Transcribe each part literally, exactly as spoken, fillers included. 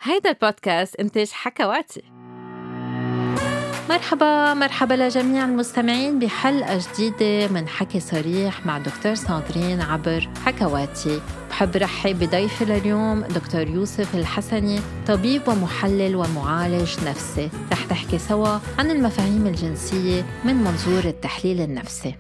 هيدا البودكاست إنتاج حكواتي. مرحبا مرحبا لجميع المستمعين بحلقة جديدة من حكي صريح مع دكتور ساندرين عبر حكواتي. بحب رحب بضيفي لليوم دكتور يوسف الحسني، طبيب ومحلل ومعالج نفسي. رح تحكي سوا عن المفاهيم الجنسية من منظور التحليل النفسي.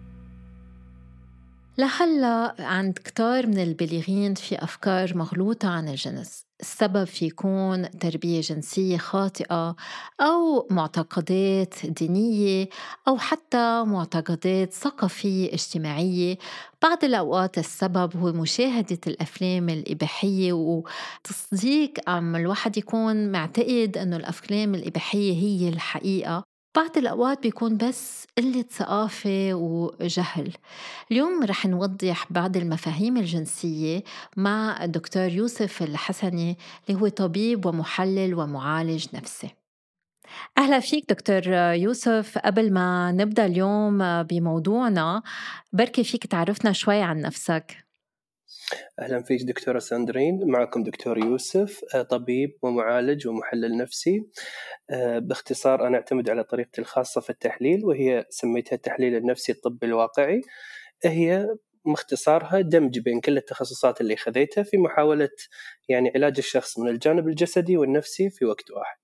لهلا عند كتار من البالغين في أفكار مغلوطة عن الجنس. السبب في يكون تربية جنسية خاطئة أو معتقدات دينية أو حتى معتقدات ثقافية اجتماعية. بعض الأوقات السبب هو مشاهدة الأفلام الإباحية وتصديق عم الواحد يكون معتقد أنه الأفلام الإباحية هي الحقيقة. بعض الأوقات بيكون بس قلة ثقافة وجهل. اليوم رح نوضح بعض المفاهيم الجنسية مع الدكتور يوسف الحسني اللي هو طبيب ومحلل ومعالج نفسي. أهلا فيك دكتور يوسف. قبل ما نبدأ اليوم بموضوعنا، بركي فيك تعرفنا شوي عن نفسك. أهلا فيك دكتورة ساندرين، معكم دكتور يوسف، طبيب ومعالج ومحلل نفسي. باختصار أنا أعتمد على طريقتي الخاصة في التحليل، وهي سميتها التحليل النفسي الطبي الواقعي. هي مختصارها دمج بين كل التخصصات اللي خذيتها في محاولة يعني علاج الشخص من الجانب الجسدي والنفسي في وقت واحد.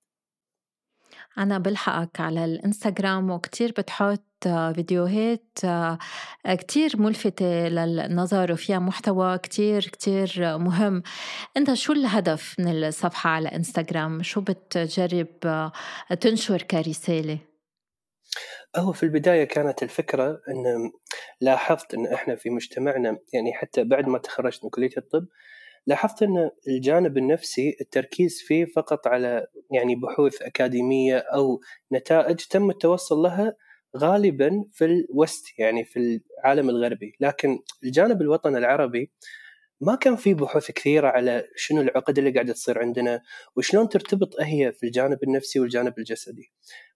أنا بلحقك على الإنستغرام وكتير بتحط فيديوهات كتير ملفتة للنظر وفيها محتوى كتير كتير مهم. أنت شو الهدف من الصفحة على إنستغرام؟ شو بتجرب تنشر كرسالة؟ هو في البداية كانت الفكرة أن لاحظت أن إحنا في مجتمعنا، يعني حتى بعد ما تخرجت من كلية الطب، لاحظت أن الجانب النفسي التركيز فيه فقط على يعني بحوث أكاديمية أو نتائج تم التوصل لها غالبا في الوست، يعني في العالم الغربي، لكن الجانب الوطني العربي ما كان في بحوث كثيرة على شنو العقد اللي قاعدة تصير عندنا وشلون ترتبط هي في الجانب النفسي والجانب الجسدي.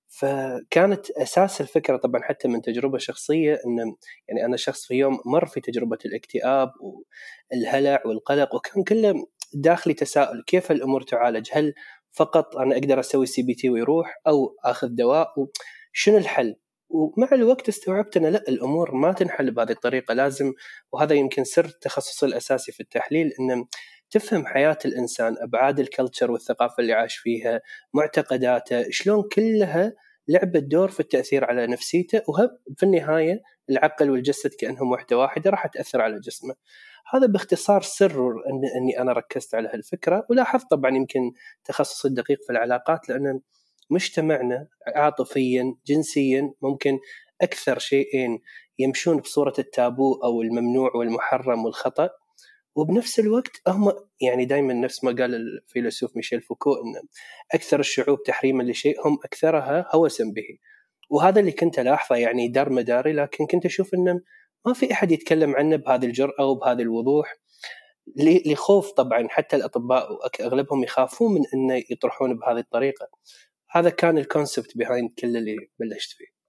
فكانت أساس الفكرة طبعا حتى من تجربة شخصية، أن يعني أنا شخص في يوم مر في تجربة الاكتئاب والهلع والقلق، وكان كله داخلي تساؤل كيف الأمور تعالج؟ هل فقط أنا أقدر أسوي سي بي تي ويروح، أو أخذ دواء؟ شنو الحل؟ ومع الوقت استوعبت أن لا، الأمور ما تنحل بهذه الطريقة. لازم، وهذا يمكن سر تخصصي الأساسي في التحليل، أن تفهم حياة الإنسان، أبعاد الكلتشر والثقافة اللي عاش فيها، معتقداته، شلون كلها لعبت دور في التأثير على نفسيته، وفي النهاية العقل والجسد كأنهم وحدة واحدة راح تأثر على جسمه. هذا باختصار سر أن أني أنا ركزت على هالفكرة. ولاحظت طبعا يمكن تخصصي الدقيق في العلاقات، لأن مجتمعنا عاطفيا جنسيا ممكن أكثر شيئين يمشون بصورة التابو أو الممنوع والمحرم والخطأ، وبنفس الوقت هم يعني دائما نفس ما قال الفيلسوف ميشيل فوكو أن أكثر الشعوب تحريما لشيء هم أكثرها هوسا به. وهذا اللي كنت ألاحظه يعني دار مداري، لكن كنت أشوف أنه ما في أحد يتكلم عنه بهذه الجرأة وبهذه الوضوح، لخوف طبعا حتى الأطباء أغلبهم يخافون من أن يطرحون بهذه الطريقة. هذا كان الكونسبت behind كل اللي بلشت فيه.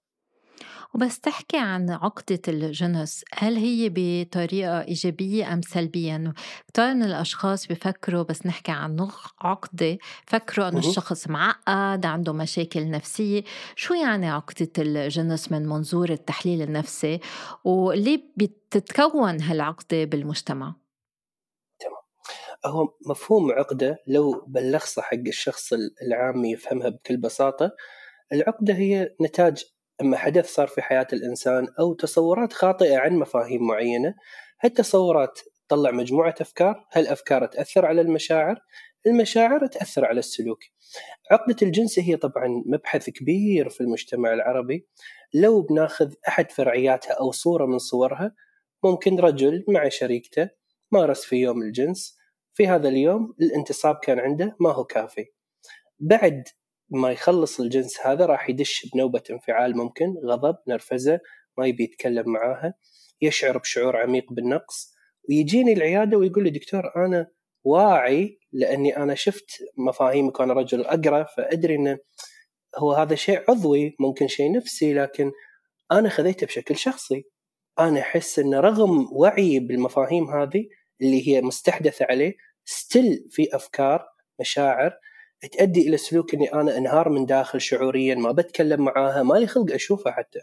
وبس تحكي عن عقدة الجنس، هل هي بطريقة إيجابية أم سلبية؟ إنه كتير من الأشخاص بفكروا بس نحكي عن عقدة فكروا إنه الشخص معقد عنده مشاكل نفسية. شو يعني عقدة الجنس من منظور التحليل النفسي، وليه بتتكون هالعقدة بالمجتمع؟ تمام. هو مفهوم عقدة لو بلخصه حق الشخص العامي يفهمها بكل بساطة، العقدة هي نتاج أما حدث صار في حياة الإنسان أو تصورات خاطئة عن مفاهيم معينة. هالتصورات تطلع مجموعة أفكار، هالأفكار تأثر على المشاعر، المشاعر تأثر على السلوك. عقدة الجنس هي طبعا مبحث كبير في المجتمع العربي. لو بناخذ أحد فرعياتها أو صورة من صورها، ممكن رجل مع شريكته مارس في يوم الجنس، في هذا اليوم الانتصاب كان عنده ما هو كافي، بعد ما يخلص الجنس هذا راح يدش بنوبة انفعال، ممكن غضب، نرفزة، ما يبي يتكلم معاها، يشعر بشعور عميق بالنقص، ويجيني العيادة ويقول لي دكتور أنا واعي لأني أنا شفت مفاهيمك وأنا رجل أقرأ، فأدري أنه هو هذا شيء عضوي ممكن شيء نفسي، لكن أنا خذيته بشكل شخصي. أنا أحس أن رغم وعي بالمفاهيم هذه اللي هي مستحدثة عليه، ستيل في أفكار مشاعر تؤدي إلى سلوك أني أنا انهار من داخل شعوريا، ما بتكلم معاها، ما لي خلق أشوفها حتى،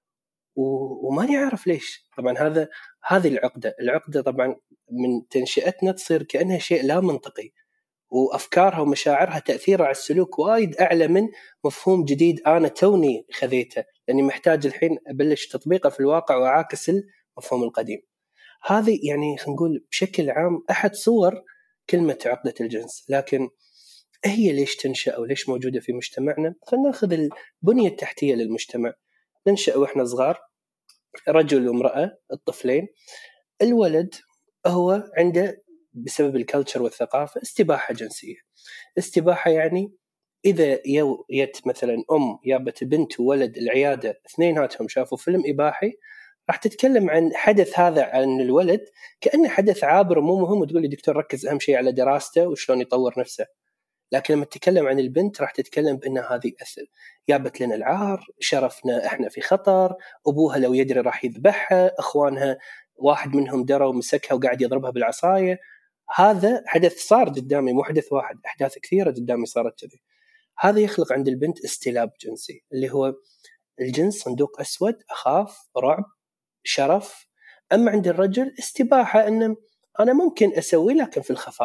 وما لي أعرف ليش. طبعا هذا هذه العقدة العقدة طبعا من تنشئتنا تصير كأنها شيء لا منطقي، وأفكارها ومشاعرها تأثيرها على السلوك وايد أعلى من مفهوم جديد أنا توني خذيته، لأني محتاج الحين أبلش تطبيقه في الواقع وأعاكس المفهوم القديم. هذه يعني خلينا نقول بشكل عام أحد صور كلمة عقدة الجنس. لكن هي ليش تنشأ أو ليش موجودة في مجتمعنا؟ خلينا نأخذ البنية التحتية للمجتمع. ننشأ وإحنا صغار، رجل وامرأة، الطفلين. الولد هو عنده بسبب الكالتشر والثقافة استباحة جنسية. استباحة يعني إذا يو يت مثلا أم جابت بنت وولد العيادة اثنيناتهم شافوا فيلم إباحي، راح تتكلم عن حدث هذا عن الولد كأنه حدث عابر ومو مهم، وتقول لي دكتور ركز أهم شيء على دراسته وشلون يطور نفسه. لكن لما تتكلم عن البنت راح تتكلم بأن هذه أثل، جابت لنا العار، شرفنا إحنا في خطر، أبوها لو يدري راح يذبحها، أخوانها واحد منهم درى ومسكها وقاعد يضربها بالعصاية. هذا حدث صار قدامي، مو حدث واحد، أحداث كثيرة قدامي صارت كذي. هذا يخلق عند البنت استلاب جنسي، اللي هو الجنس صندوق أسود، أخاف، رعب، شرف. أما عند الرجل استباحة، أن أنا ممكن أسوي لكن في الخفاء.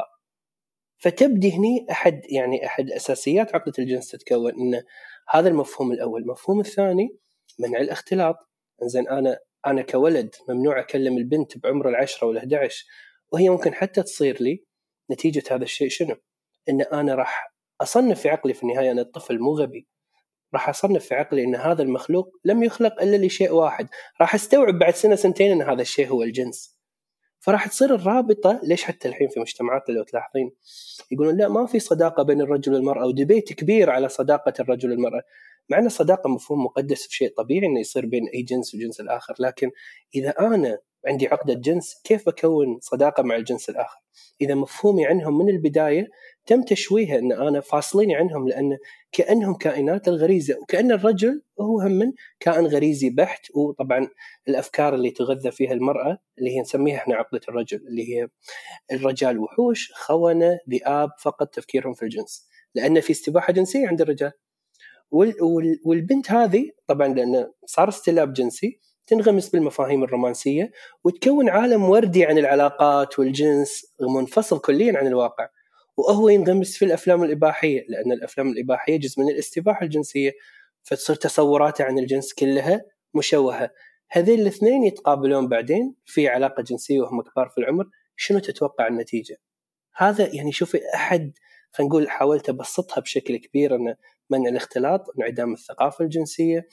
فتبدي هني أحد يعني أحد أساسيات عقدة الجنس تتكون، إن هذا المفهوم الأول. المفهوم الثاني منع الاختلاط. إنزين أنا أنا كولد ممنوع أكلم البنت بعمر العشرة ولا أحد عشر، وهي ممكن حتى تصير لي نتيجة هذا الشيء شنو؟ إن أنا راح أصنف في عقلي في النهاية أن الطفل مو غبي، راح أصنف في عقلي إن هذا المخلوق لم يخلق إلا لشيء واحد، راح أستوعب بعد سنة سنتين إن هذا الشيء هو الجنس. فراح تصير الرابطة. ليش حتى الحين في مجتمعاتنا لو تلاحظين يقولون لا ما في صداقة بين الرجل والمرأة، ودبيت كبير على صداقة الرجل والمرأة، مع أن الصداقة مفهوم مقدس وشيء طبيعي إنه يصير بين أي جنس وجنس الآخر. لكن إذا أنا عندي عقدة جنس كيف بكون صداقة مع الجنس الآخر إذا مفهومي عنهم من البداية تم تشويهه، أن أنا فاصليني عنهم، لأن كأنهم كائنات الغريزة، وكأن الرجل هو هم من كائن غريزي بحت. وطبعا الأفكار اللي تغذى فيها المرأة اللي هي نسميها احنا عقدة الرجل، اللي هي الرجال وحوش، خونة، ذئاب، فقط تفكيرهم في الجنس، لأن في استباحة جنسية عند الرجال. والبنت هذه طبعا لأن صار استلاب جنسي تنغمس بالمفاهيم الرومانسية وتكون عالم وردي عن العلاقات والجنس منفصل كليا عن الواقع. وهو ينغمس في الأفلام الإباحية، لأن الأفلام الإباحية جزء من الاستباحة الجنسية، فتصير تصوراته عن الجنس كلها مشوهة. هذين الاثنين يتقابلون بعدين في علاقة جنسية وهم كبار في العمر، شنو تتوقع النتيجة؟ هذا يعني شوفي أحد خلينا نقول حاولت أبسطها بشكل كبير، أن منع الاختلاط، انعدام الثقافة الجنسية،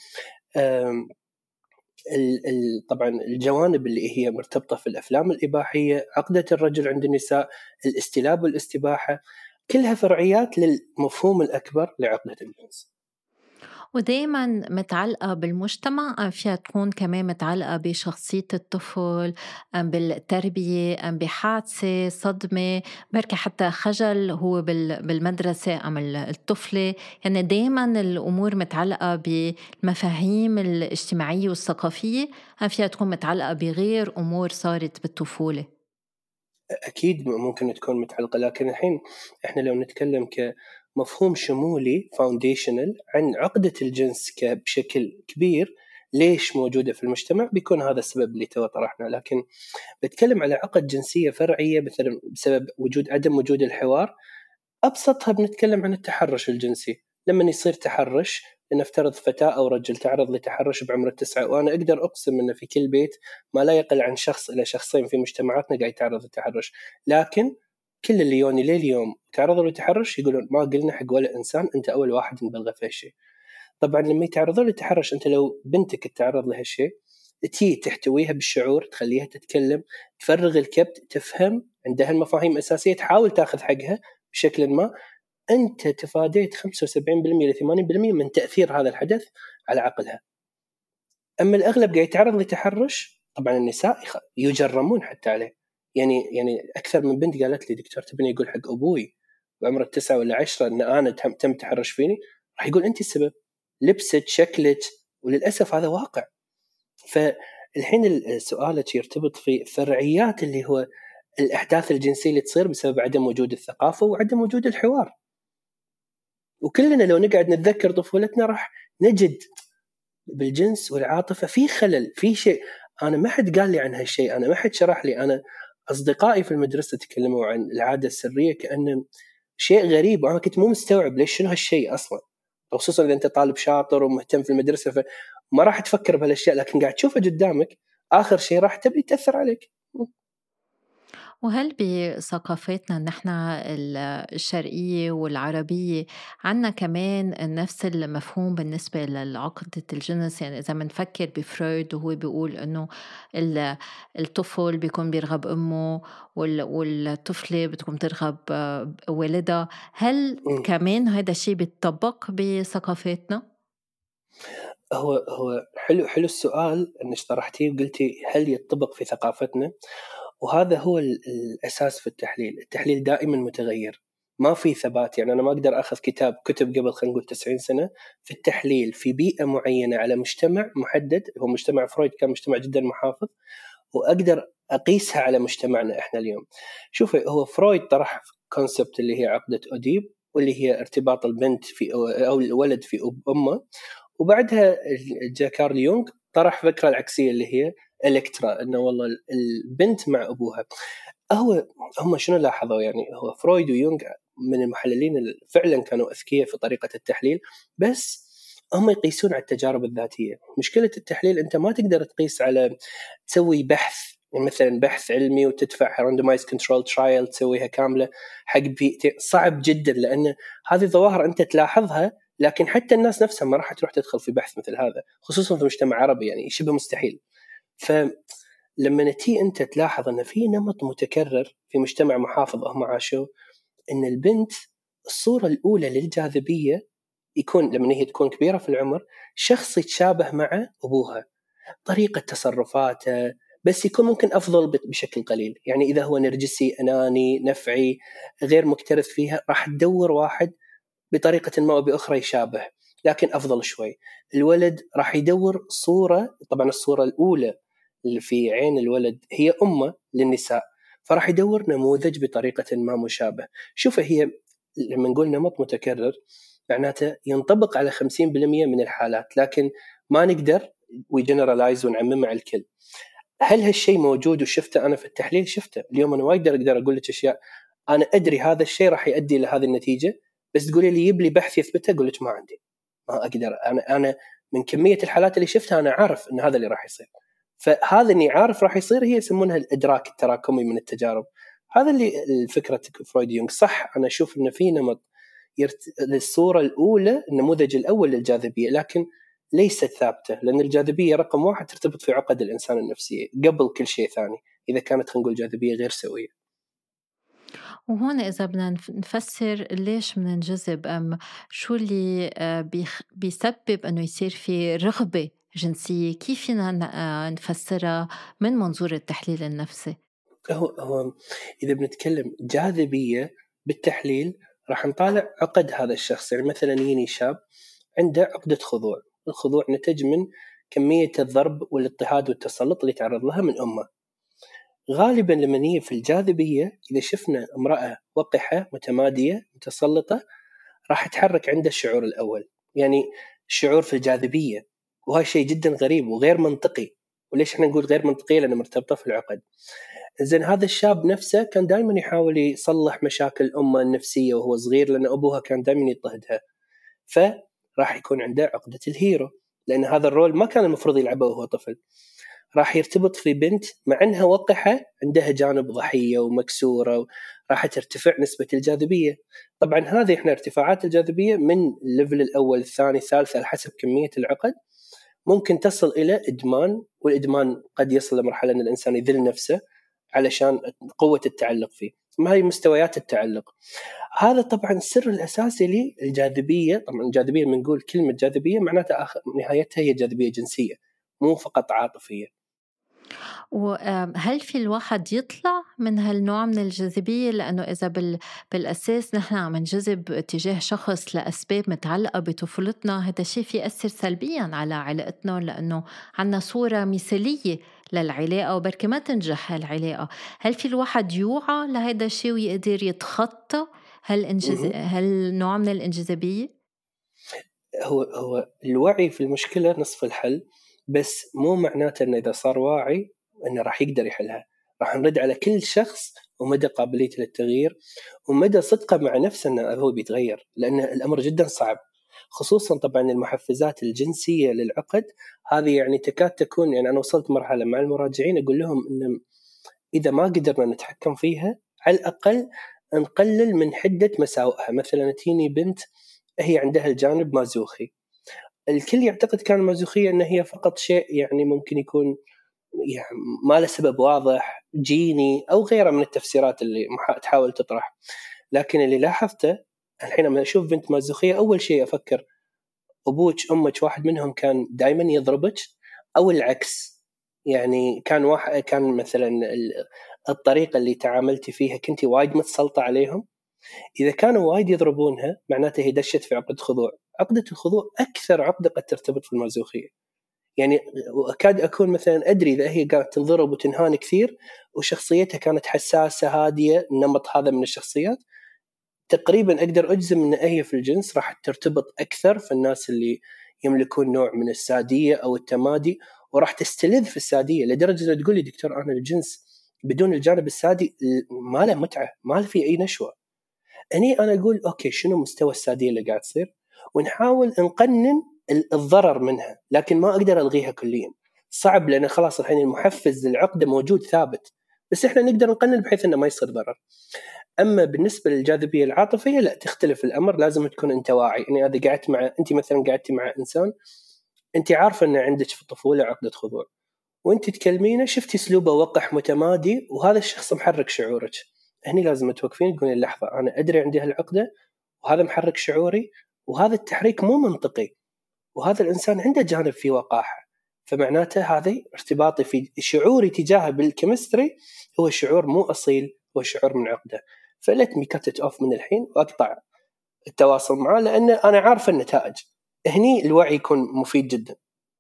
طبعا الجوانب اللي هي مرتبطة في الأفلام الإباحية، عقدة الرجل عند النساء، الاستلاب والاستباحة، كلها فرعيات للمفهوم الأكبر لعقدة الجنس. ودايما متعلقة بالمجتمع، أم فيها تكون كمان متعلقة بشخصية الطفل، أم بالتربية، أم بحادثة، صدمة، بركة حتى خجل هو بالمدرسة أم الطفلة. يعني دايما الأمور متعلقة بالمفاهيم الاجتماعية والثقافية، أم فيها تكون متعلقة بغير أمور صارت بالطفولة؟ أكيد ممكن تكون متعلقة، لكن الحين إحنا لو نتكلم كمفهوم شمولي فاونديشنال عن عقدة الجنس بشكل كبير ليش موجودة في المجتمع، بيكون هذا السبب اللي تو طرحنا. لكن بتكلم على عقد جنسية فرعية مثلا بسبب وجود عدم وجود الحوار، أبسطها بنتكلم عن التحرش الجنسي. لما يصير تحرش، لنفترض فتاة أو رجل تعرض لتحرش بعمر التسعة، وأنا أقدر أقسم أن في كل بيت ما لا يقل عن شخص إلى شخصين في مجتمعاتنا قاعد يتعرض للتحرش. لكن كل اللي يوني ليه اليوم تعرضوا للتحرش يقولون ما قلنا حق ولا إنسان، أنت أول واحد نبلغ في هالشيء. طبعا لما يتعرضوا للتحرش، أنت لو بنتك تتعرض لهالشيء تي تحتويها بالشعور، تخليها تتكلم، تفرغ الكبت، تفهم، عندها المفاهيم الأساسية، تحاول تأخذ حقها بشكل ما، أنت تفاديت خمسة وسبعين بالمئة إلى ثمانين بالمئة من تأثير هذا الحدث على عقلها. أما الأغلب قاعد يتعرض لتحرش، طبعا النساء يجرمون حتى عليه. يعني يعني أكثر من بنت قالت لي دكتور تبني يقول حق أبوي بعمر التسعة ولا عشرة أن أنا تم تحرش فيني، راح يقول أنت السبب، لبست شكلت. وللأسف هذا واقع. فالحين سؤالك يرتبط في فرعيات اللي هو الأحداث الجنسية اللي تصير بسبب عدم وجود الثقافة وعدم وجود الحوار. وكلنا لو نقعد نتذكر طفولتنا راح نجد بالجنس والعاطفة في خلل، في شيء أنا ما حد قال لي عن هالشيء، أنا ما حد شرح لي. أنا أصدقائي في المدرسة تكلموا عن العادة السرية كأنه شيء غريب، وأنا كنت مو مستوعب ليش شنو هالشيء أصلا، خصوصا إذا أنت طالب شاطر ومهتم في المدرسة فما راح تفكر بهالأشياء، لكن قاعد تشوفها قدامك آخر شيء راح تبي تأثر عليك. وهل بثقافتنا نحن ال- الشرقية والعربية عنا كمان نفس المفهوم بالنسبة لعقدة الجنس؟ يعني إذا منفكر بفرويد وهو بيقول إنه ال- الطفل بيكون بيرغب أمه وال- والطفلة بتكون ترغب آه، والدها، هل مم. كمان هذا الشيء بيتطبق بثقافتنا؟ هو هو حلو حلو السؤال انك طرحتيه وقلتي هل يطبق في ثقافتنا، وهذا هو ال- الاساس في التحليل. التحليل دائما متغير، ما في ثبات. يعني انا ما اقدر اخذ كتاب كتب قبل خلينا نقول تسعين سنه في التحليل في بيئه معينه على مجتمع محدد، هو مجتمع فرويد كان مجتمع جدا محافظ، واقدر اقيسها على مجتمعنا احنا اليوم. شوفي، هو فرويد طرح كونسبت اللي هي عقده اوديب، واللي هي ارتباط البنت في او الولد في امه، وبعدها جاء كارل يونغ طرح فكرة العكسية اللي هي إلكترا، إنه والله البنت مع أبوها. هو هم شنو لاحظوا؟ يعني هو فرويد ويونغ من المحللين اللي فعلا كانوا أذكياء في طريقة التحليل، بس هم يقيسون على التجارب الذاتية. مشكلة التحليل أنت ما تقدر تقيس على تسوي بحث، يعني مثلا بحث علمي وتدفع randomized control trial تسويها كاملة حق بيئتين، صعب جدا، لأن هذه ظواهر أنت تلاحظها، لكن حتى الناس نفسها ما راح تروح تدخل في بحث مثل هذا، خصوصا في مجتمع عربي، يعني شبه مستحيل. فلما نتي أنت تلاحظ أن في نمط متكرر في مجتمع محافظ هم عاشوا، أن البنت الصورة الأولى للجاذبية يكون لما هي تكون كبيرة في العمر شخص يتشابه مع أبوها، طريقة تصرفاته بس يكون ممكن أفضل بشكل قليل. يعني إذا هو نرجسي أناني نفعي غير مكترث فيها، راح تدور واحد بطريقة ما أو بأخرى يشابه لكن أفضل شوي. الولد راح يدور صورة، طبعا الصورة الأولى اللي في عين الولد هي أمه للنساء، فراح يدور نموذج بطريقة ما مشابه. شوف، هي لما نقول نمط متكرر معناته ينطبق على خمسين بالمئة من الحالات، لكن ما نقدر ويجنرالايز ونعممه على الكل. هل هالشيء موجود وشفته أنا في التحليل؟ شفته. اليوم أنا وايد أقدر أقول لك أشياء أنا أدري هذا الشيء راح يؤدي لهذه النتيجة، بس تقولي لي يبلي بحث يثبته، أقول لك ما عندي، ما أقدر. أنا أنا من كمية الحالات اللي شفتها أنا عارف إن هذا اللي راح يصير. فهذا إني عارف راح يصير هي يسمونها الإدراك التراكمي من التجارب. هذا اللي الفكرة فرويد يونغ. صح، أنا أشوف إن في نمط يرت... الصورة الأولى النموذج الأول للجاذبية، لكن ليست ثابتة، لأن الجاذبية رقم واحد ترتبط في عقد الإنسان النفسية قبل كل شيء ثاني، إذا كانت خلينا نقول جاذبية غير سوية. وهون إذا بدنا نف- نفسر ليش مننجذب أم شو اللي آه، بيخ- بيسبب أنه يصير في رغبة جنسية، كيف فينا ن- آه، نفسرها من منظور التحليل النفسي؟ هو هو إذا بنتكلم جاذبية بالتحليل راح نطالع عقد هذا الشخص. يعني مثلا يجيني شاب عنده عقدة خضوع، الخضوع نتج من كمية الضرب والاضطهاد والتسلط اللي تعرض لها من أمه. غالبا لما نيجي في الجاذبية إذا شفنا امرأة وقحة متمادية متسلطة راح يتحرك عنده الشعور الأول، يعني الشعور في الجاذبية، وهذا شيء جدا غريب وغير منطقي. وليش احنا نقول غير منطقية؟ لأنه مرتبطة في العقد. زين، هذا الشاب نفسه كان دائما يحاول يصلح مشاكل أمه النفسية وهو صغير، لأن أبوها كان دائما يضطهدها، فراح يكون عنده عقدة الهيرو، لأن هذا الرول ما كان المفروض يلعبه وهو طفل. راح يرتبط في بنت مع أنها وقحة عندها جانب ضحية ومكسورة، راح ترتفع نسبة الجاذبية. طبعا هذه احنا ارتفاعات الجاذبية من الليفل الأول الثاني الثالث على حسب كمية العقد ممكن تصل إلى إدمان، والإدمان قد يصل لمرحلة أن الإنسان يذل نفسه علشان قوة التعلق فيه. ما هي مستويات التعلق؟ هذا طبعا السر الأساسي للجاذبية. طبعا الجاذبية من نقول كلمة جاذبية معناتها آخر نهايتها هي جاذبية جنسية مو فقط عاطفية. وهل في الواحد يطلع من هالنوع من الجاذبية؟ لأنه إذا بال... بالأساس نحن عم نجذب تجاه شخص لأسباب متعلقة بطفولتنا، هذا الشيء في يأثر سلبيا على علاقتنا، لأنه عنا صورة مثالية للعلاقة وبركي ما تنجح هالعلاقة. هل في الواحد يوعى لهيدا الشيء ويقدر يتخطى هالإنجز... هالنوع من الانجذابية؟ هو هو الوعي في المشكلة نصف الحل، بس مو معناته إنه إذا صار واعي إنه راح يقدر يحلها. راح نرد على كل شخص ومدى قابليته للتغيير ومدى صدقه مع نفسه إنه هو بيتغير، لأن الأمر جدا صعب. خصوصا طبعا المحفزات الجنسية للعقد هذه يعني تكاد تكون، يعني أنا وصلت مرحلة مع المراجعين أقول لهم إن إذا ما قدرنا نتحكم فيها على الأقل نقلل من حدة مساوئها. مثلا تيني بنت هي عندها الجانب مازوخي، الكل يعتقد كان المازوخية أنها هي فقط شيء يعني ممكن يكون يعني ما له سبب واضح جيني أو غيره من التفسيرات اللي تحاول تطرح. لكن اللي لاحظته الحين لما أشوف بنت مازوخية أول شيء أفكر أبوك أمك واحد منهم كان دائما يضربك أو العكس، يعني كان واحد كان مثلا الطريقة اللي تعاملتي فيها كنتي وايد متسلطة عليهم. إذا كانوا وايد يضربونها معناته هي دشت في عقدة خضوع. عقدة الخضوع أكثر عقدة قد ترتبط في المازوخية، يعني أكاد أكون مثلا أدري إذا هي قاعدة تنضرب وتنهان كثير وشخصيتها كانت حساسة هادية، النمط هذا من الشخصيات تقريبا أقدر أجزم أن هي في الجنس راح ترتبط أكثر في الناس اللي يملكون نوع من السادية أو التمادي، وراح تستلذ في السادية لدرجة أن تقول لي دكتور أنا الجنس بدون الجانب السادي ما له متعة، ما له فيه أي نشوة. هني أنا أقول أوكي شنو مستوى السادية اللي قاعد تصير ونحاول نقنن الضرر منها، لكن ما أقدر ألغيها كليا، صعب لأن خلاص الحين المحفز للعقدة موجود ثابت، بس إحنا نقدر نقنن بحيث أنه ما يصير ضرر. أما بالنسبة للجاذبية العاطفية لا، تختلف الأمر، لازم تكون أنت واعي. يعني إذا قعدت مع أنت مثلا قعدتي مع إنسان أنت عارفة أن عندك في الطفولة عقدة خضوع وأنت تكلمينه شفتي أسلوبه وقح متمادي وهذا الشخص محرك شعورك، هني لازم توقفين تقولين لحظة أنا أدري عندي هالعقدة وهذا محرك شعوري وهذا التحريك مو منطقي وهذا الإنسان عنده جانب فيه وقاحة، فمعناته هذا ارتباطي في شعوري تجاهه بالكيمستري هو شعور مو أصيل، هو شعور من عقدة. فلت مي كت اوف من الحين واقطع التواصل معه لأن أنا عارف النتائج. هني الوعي يكون مفيد جدا.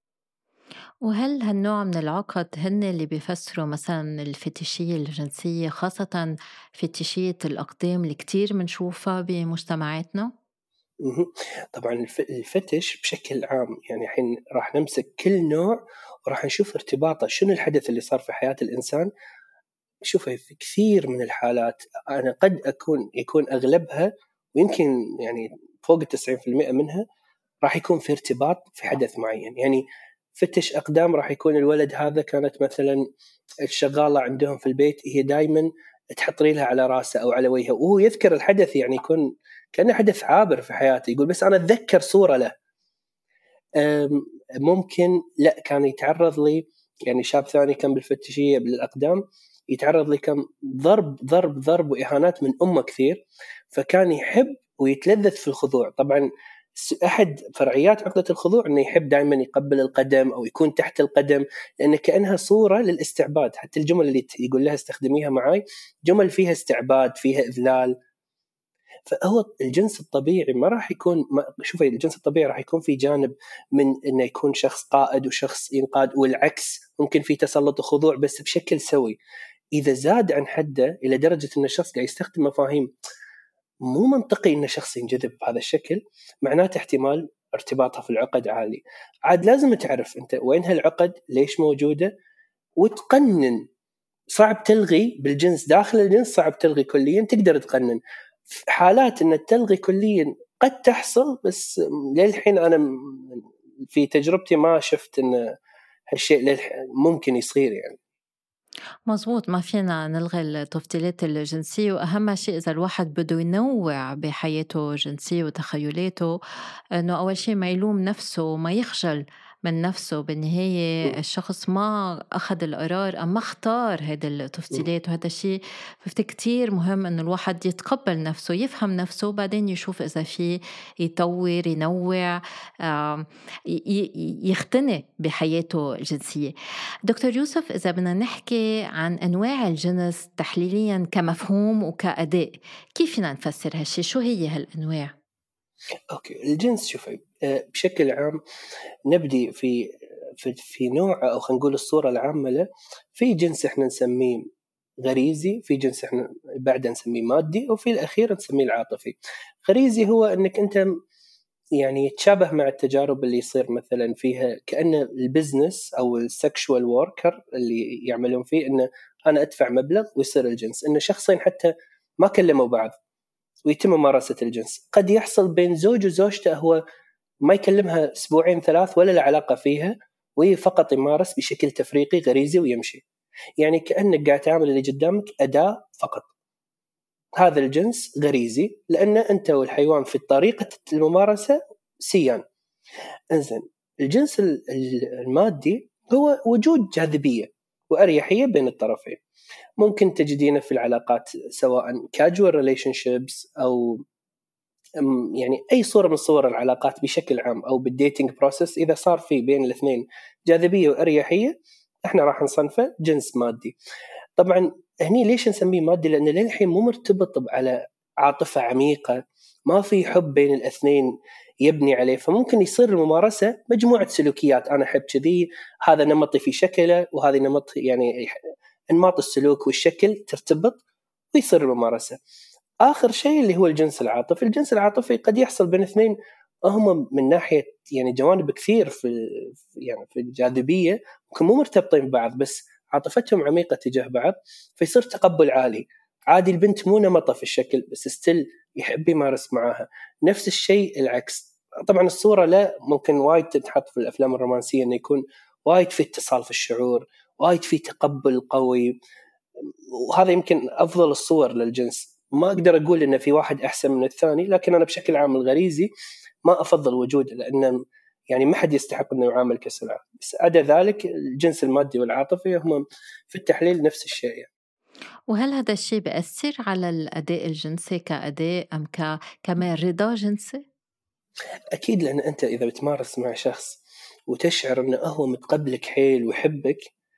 وهل هالنوع من العقد هن اللي بيفسروا مثلا الفتشية الجنسية، خاصة فتشية الأقدام اللي كتير منشوفها بمجتمعاتنا؟ طبعا الفتش بشكل عام يعني حين راح نمسك كل نوع وراح نشوف ارتباطه شنو الحدث اللي صار في حياة الإنسان. شوفي في كثير من الحالات أنا قد أكون يكون أغلبها ويمكن يعني فوق التسعين في المئة منها راح يكون في ارتباط في حدث معين. يعني فتش أقدام راح يكون الولد هذا كانت مثلا الشغالة عندهم في البيت هي دايما تحطري لها على راسه أو على وجهه وهو يذكر الحدث، يعني يكون كأنه حدث عابر في حياته، يقول بس أنا أتذكر صورة له. ممكن لا كان يتعرض لي يعني شاب ثاني كان بالفتشية بالأقدام يتعرض لي كم ضرب ضرب ضرب وإهانات من أمه كثير، فكان يحب ويتلذذ في الخضوع. طبعا أحد فرعيات عقدة الخضوع أنه يحب دائما يقبل القدم أو يكون تحت القدم لأن كأنها صورة للاستعباد. حتى الجمل اللي يقول لها استخدميها معاي جمل فيها استعباد فيها إذلال. فهو الجنس الطبيعي ما راح يكون ما شوفي الجنس الطبيعي راح يكون في جانب من إنه يكون شخص قائد وشخص ينقاد والعكس، ممكن في تسلط وخضوع بس بشكل سوي. إذا زاد عن حده إلى درجة أن الشخص قاعد يستخدم مفاهيم مو منطقي أن شخص ينجذب بهذا الشكل، معناته احتمال ارتباطها في العقد عالي. عاد لازم تعرف أنت وين هالعقد ليش موجودة وتقنن. صعب تلغي بالجنس داخل الجنس، صعب تلغي كليا، تقدر تقنن في حالات أن تلغي كليا قد تحصل، بس للحين أنا في تجربتي ما شفت أن هالشيء ممكن يصير. يعني مزبوط، ما فينا نلغي التفضيلات الجنسية، وأهم شيء إذا الواحد بده ينوع بحياته الجنسية وتخيلاته أنه أول شيء ما يلوم نفسه وما يخجل من نفسه. بالنهاية الشخص ما أخذ القرار أم ما اختار هذه التفضيلات، وهذا الشيء ففتي كتير مهم أنه الواحد يتقبل نفسه يفهم نفسه وبعدين يشوف إذا فيه يطور ينوع يختني بحياته الجنسية. دكتور يوسف، إذا بدنا نحكي عن أنواع الجنس تحليليا كمفهوم وكأداء، كيف فينا نفسر هالشي؟ شو هي هالأنواع؟ أوكي الجنس شوفي بشكل عام نبدي في في, في نوع أو خلينا نقول الصورة العامة له، في جنس إحنا نسميه غريزي، في جنس إحنا بعد نسميه مادي، وفي الأخير نسميه العاطفي. غريزي هو إنك أنت يعني يتشابه مع التجارب اللي يصير مثلا فيها كأن البزنس أو السكشوال ووركر اللي يعملون فيه، إنه أنا أدفع مبلغ ويصير الجنس، إنه شخصين حتى ما كلموا بعض ويتم ممارسة الجنس. قد يحصل بين زوج وزوجته هو ما يكلمها أسبوعين ثلاث ولا العلاقة فيها، وهي فقط يمارس بشكل تفريقي غريزي ويمشي، يعني كأنك قاعد تعامل اللي قدامك أداة فقط. هذا الجنس غريزي لأن أنت والحيوان في طريقة الممارسة سيان. إنزين، الجنس المادي هو وجود جاذبية وأريحية بين الطرفين. ممكن تجدينه في العلاقات سواء casual relationships أو يعني أي صورة من صور العلاقات بشكل عام، أو بالديتينج بروسيس. إذا صار في بين الاثنين جاذبية وأريحية إحنا راح نصنفه جنس مادي. طبعا هني ليش نسميه مادي؟ لأنه للحين مو مرتبط على عاطفة عميقة، ما في حب بين الاثنين يبني عليه، فممكن يصير الممارسة مجموعة سلوكيات. أنا أحب كذي، هذا نمطي في شكله، وهذا نمط يعني انماط السلوك والشكل ترتبط ويصير الممارسة. آخر شيء اللي هو الجنس العاطفي. الجنس العاطفي قد يحصل بين اثنين هم من ناحية يعني جوانب كثير في يعني في الجاذبية، ممكن مو مرتبطين ببعض بس عاطفتهم عميقة تجاه بعض، فيصير تقبل عالي. عادي البنت مو نمطة في الشكل بس ستيل يحب يمارس معاها. نفس الشيء العكس. طبعا الصورة لا ممكن وايد تتحط في الأفلام الرومانسية إنه يكون وايد في اتصال في الشعور، وايد في تقبل قوي، وهذا يمكن أفضل الصور للجنس. ما أقدر أقول إن في واحد أحسن من الثاني، لكن أنا بشكل عام الغريزي ما أفضل وجوده، لأن يعني ما حد يستحق إنه يعامل كسلعة. بس عدا ذلك الجنس المادي والعاطفي هم في التحليل نفس الشيء يعني. وهل هذا الشيء بيأثر على الأداء الجنسي كأداء أم ك... كمان رضا جنسي؟ أكيد، لأن أنت إذا بتمارس مع شخص وتشعر أنه هو متقبلك حيل ويحبك،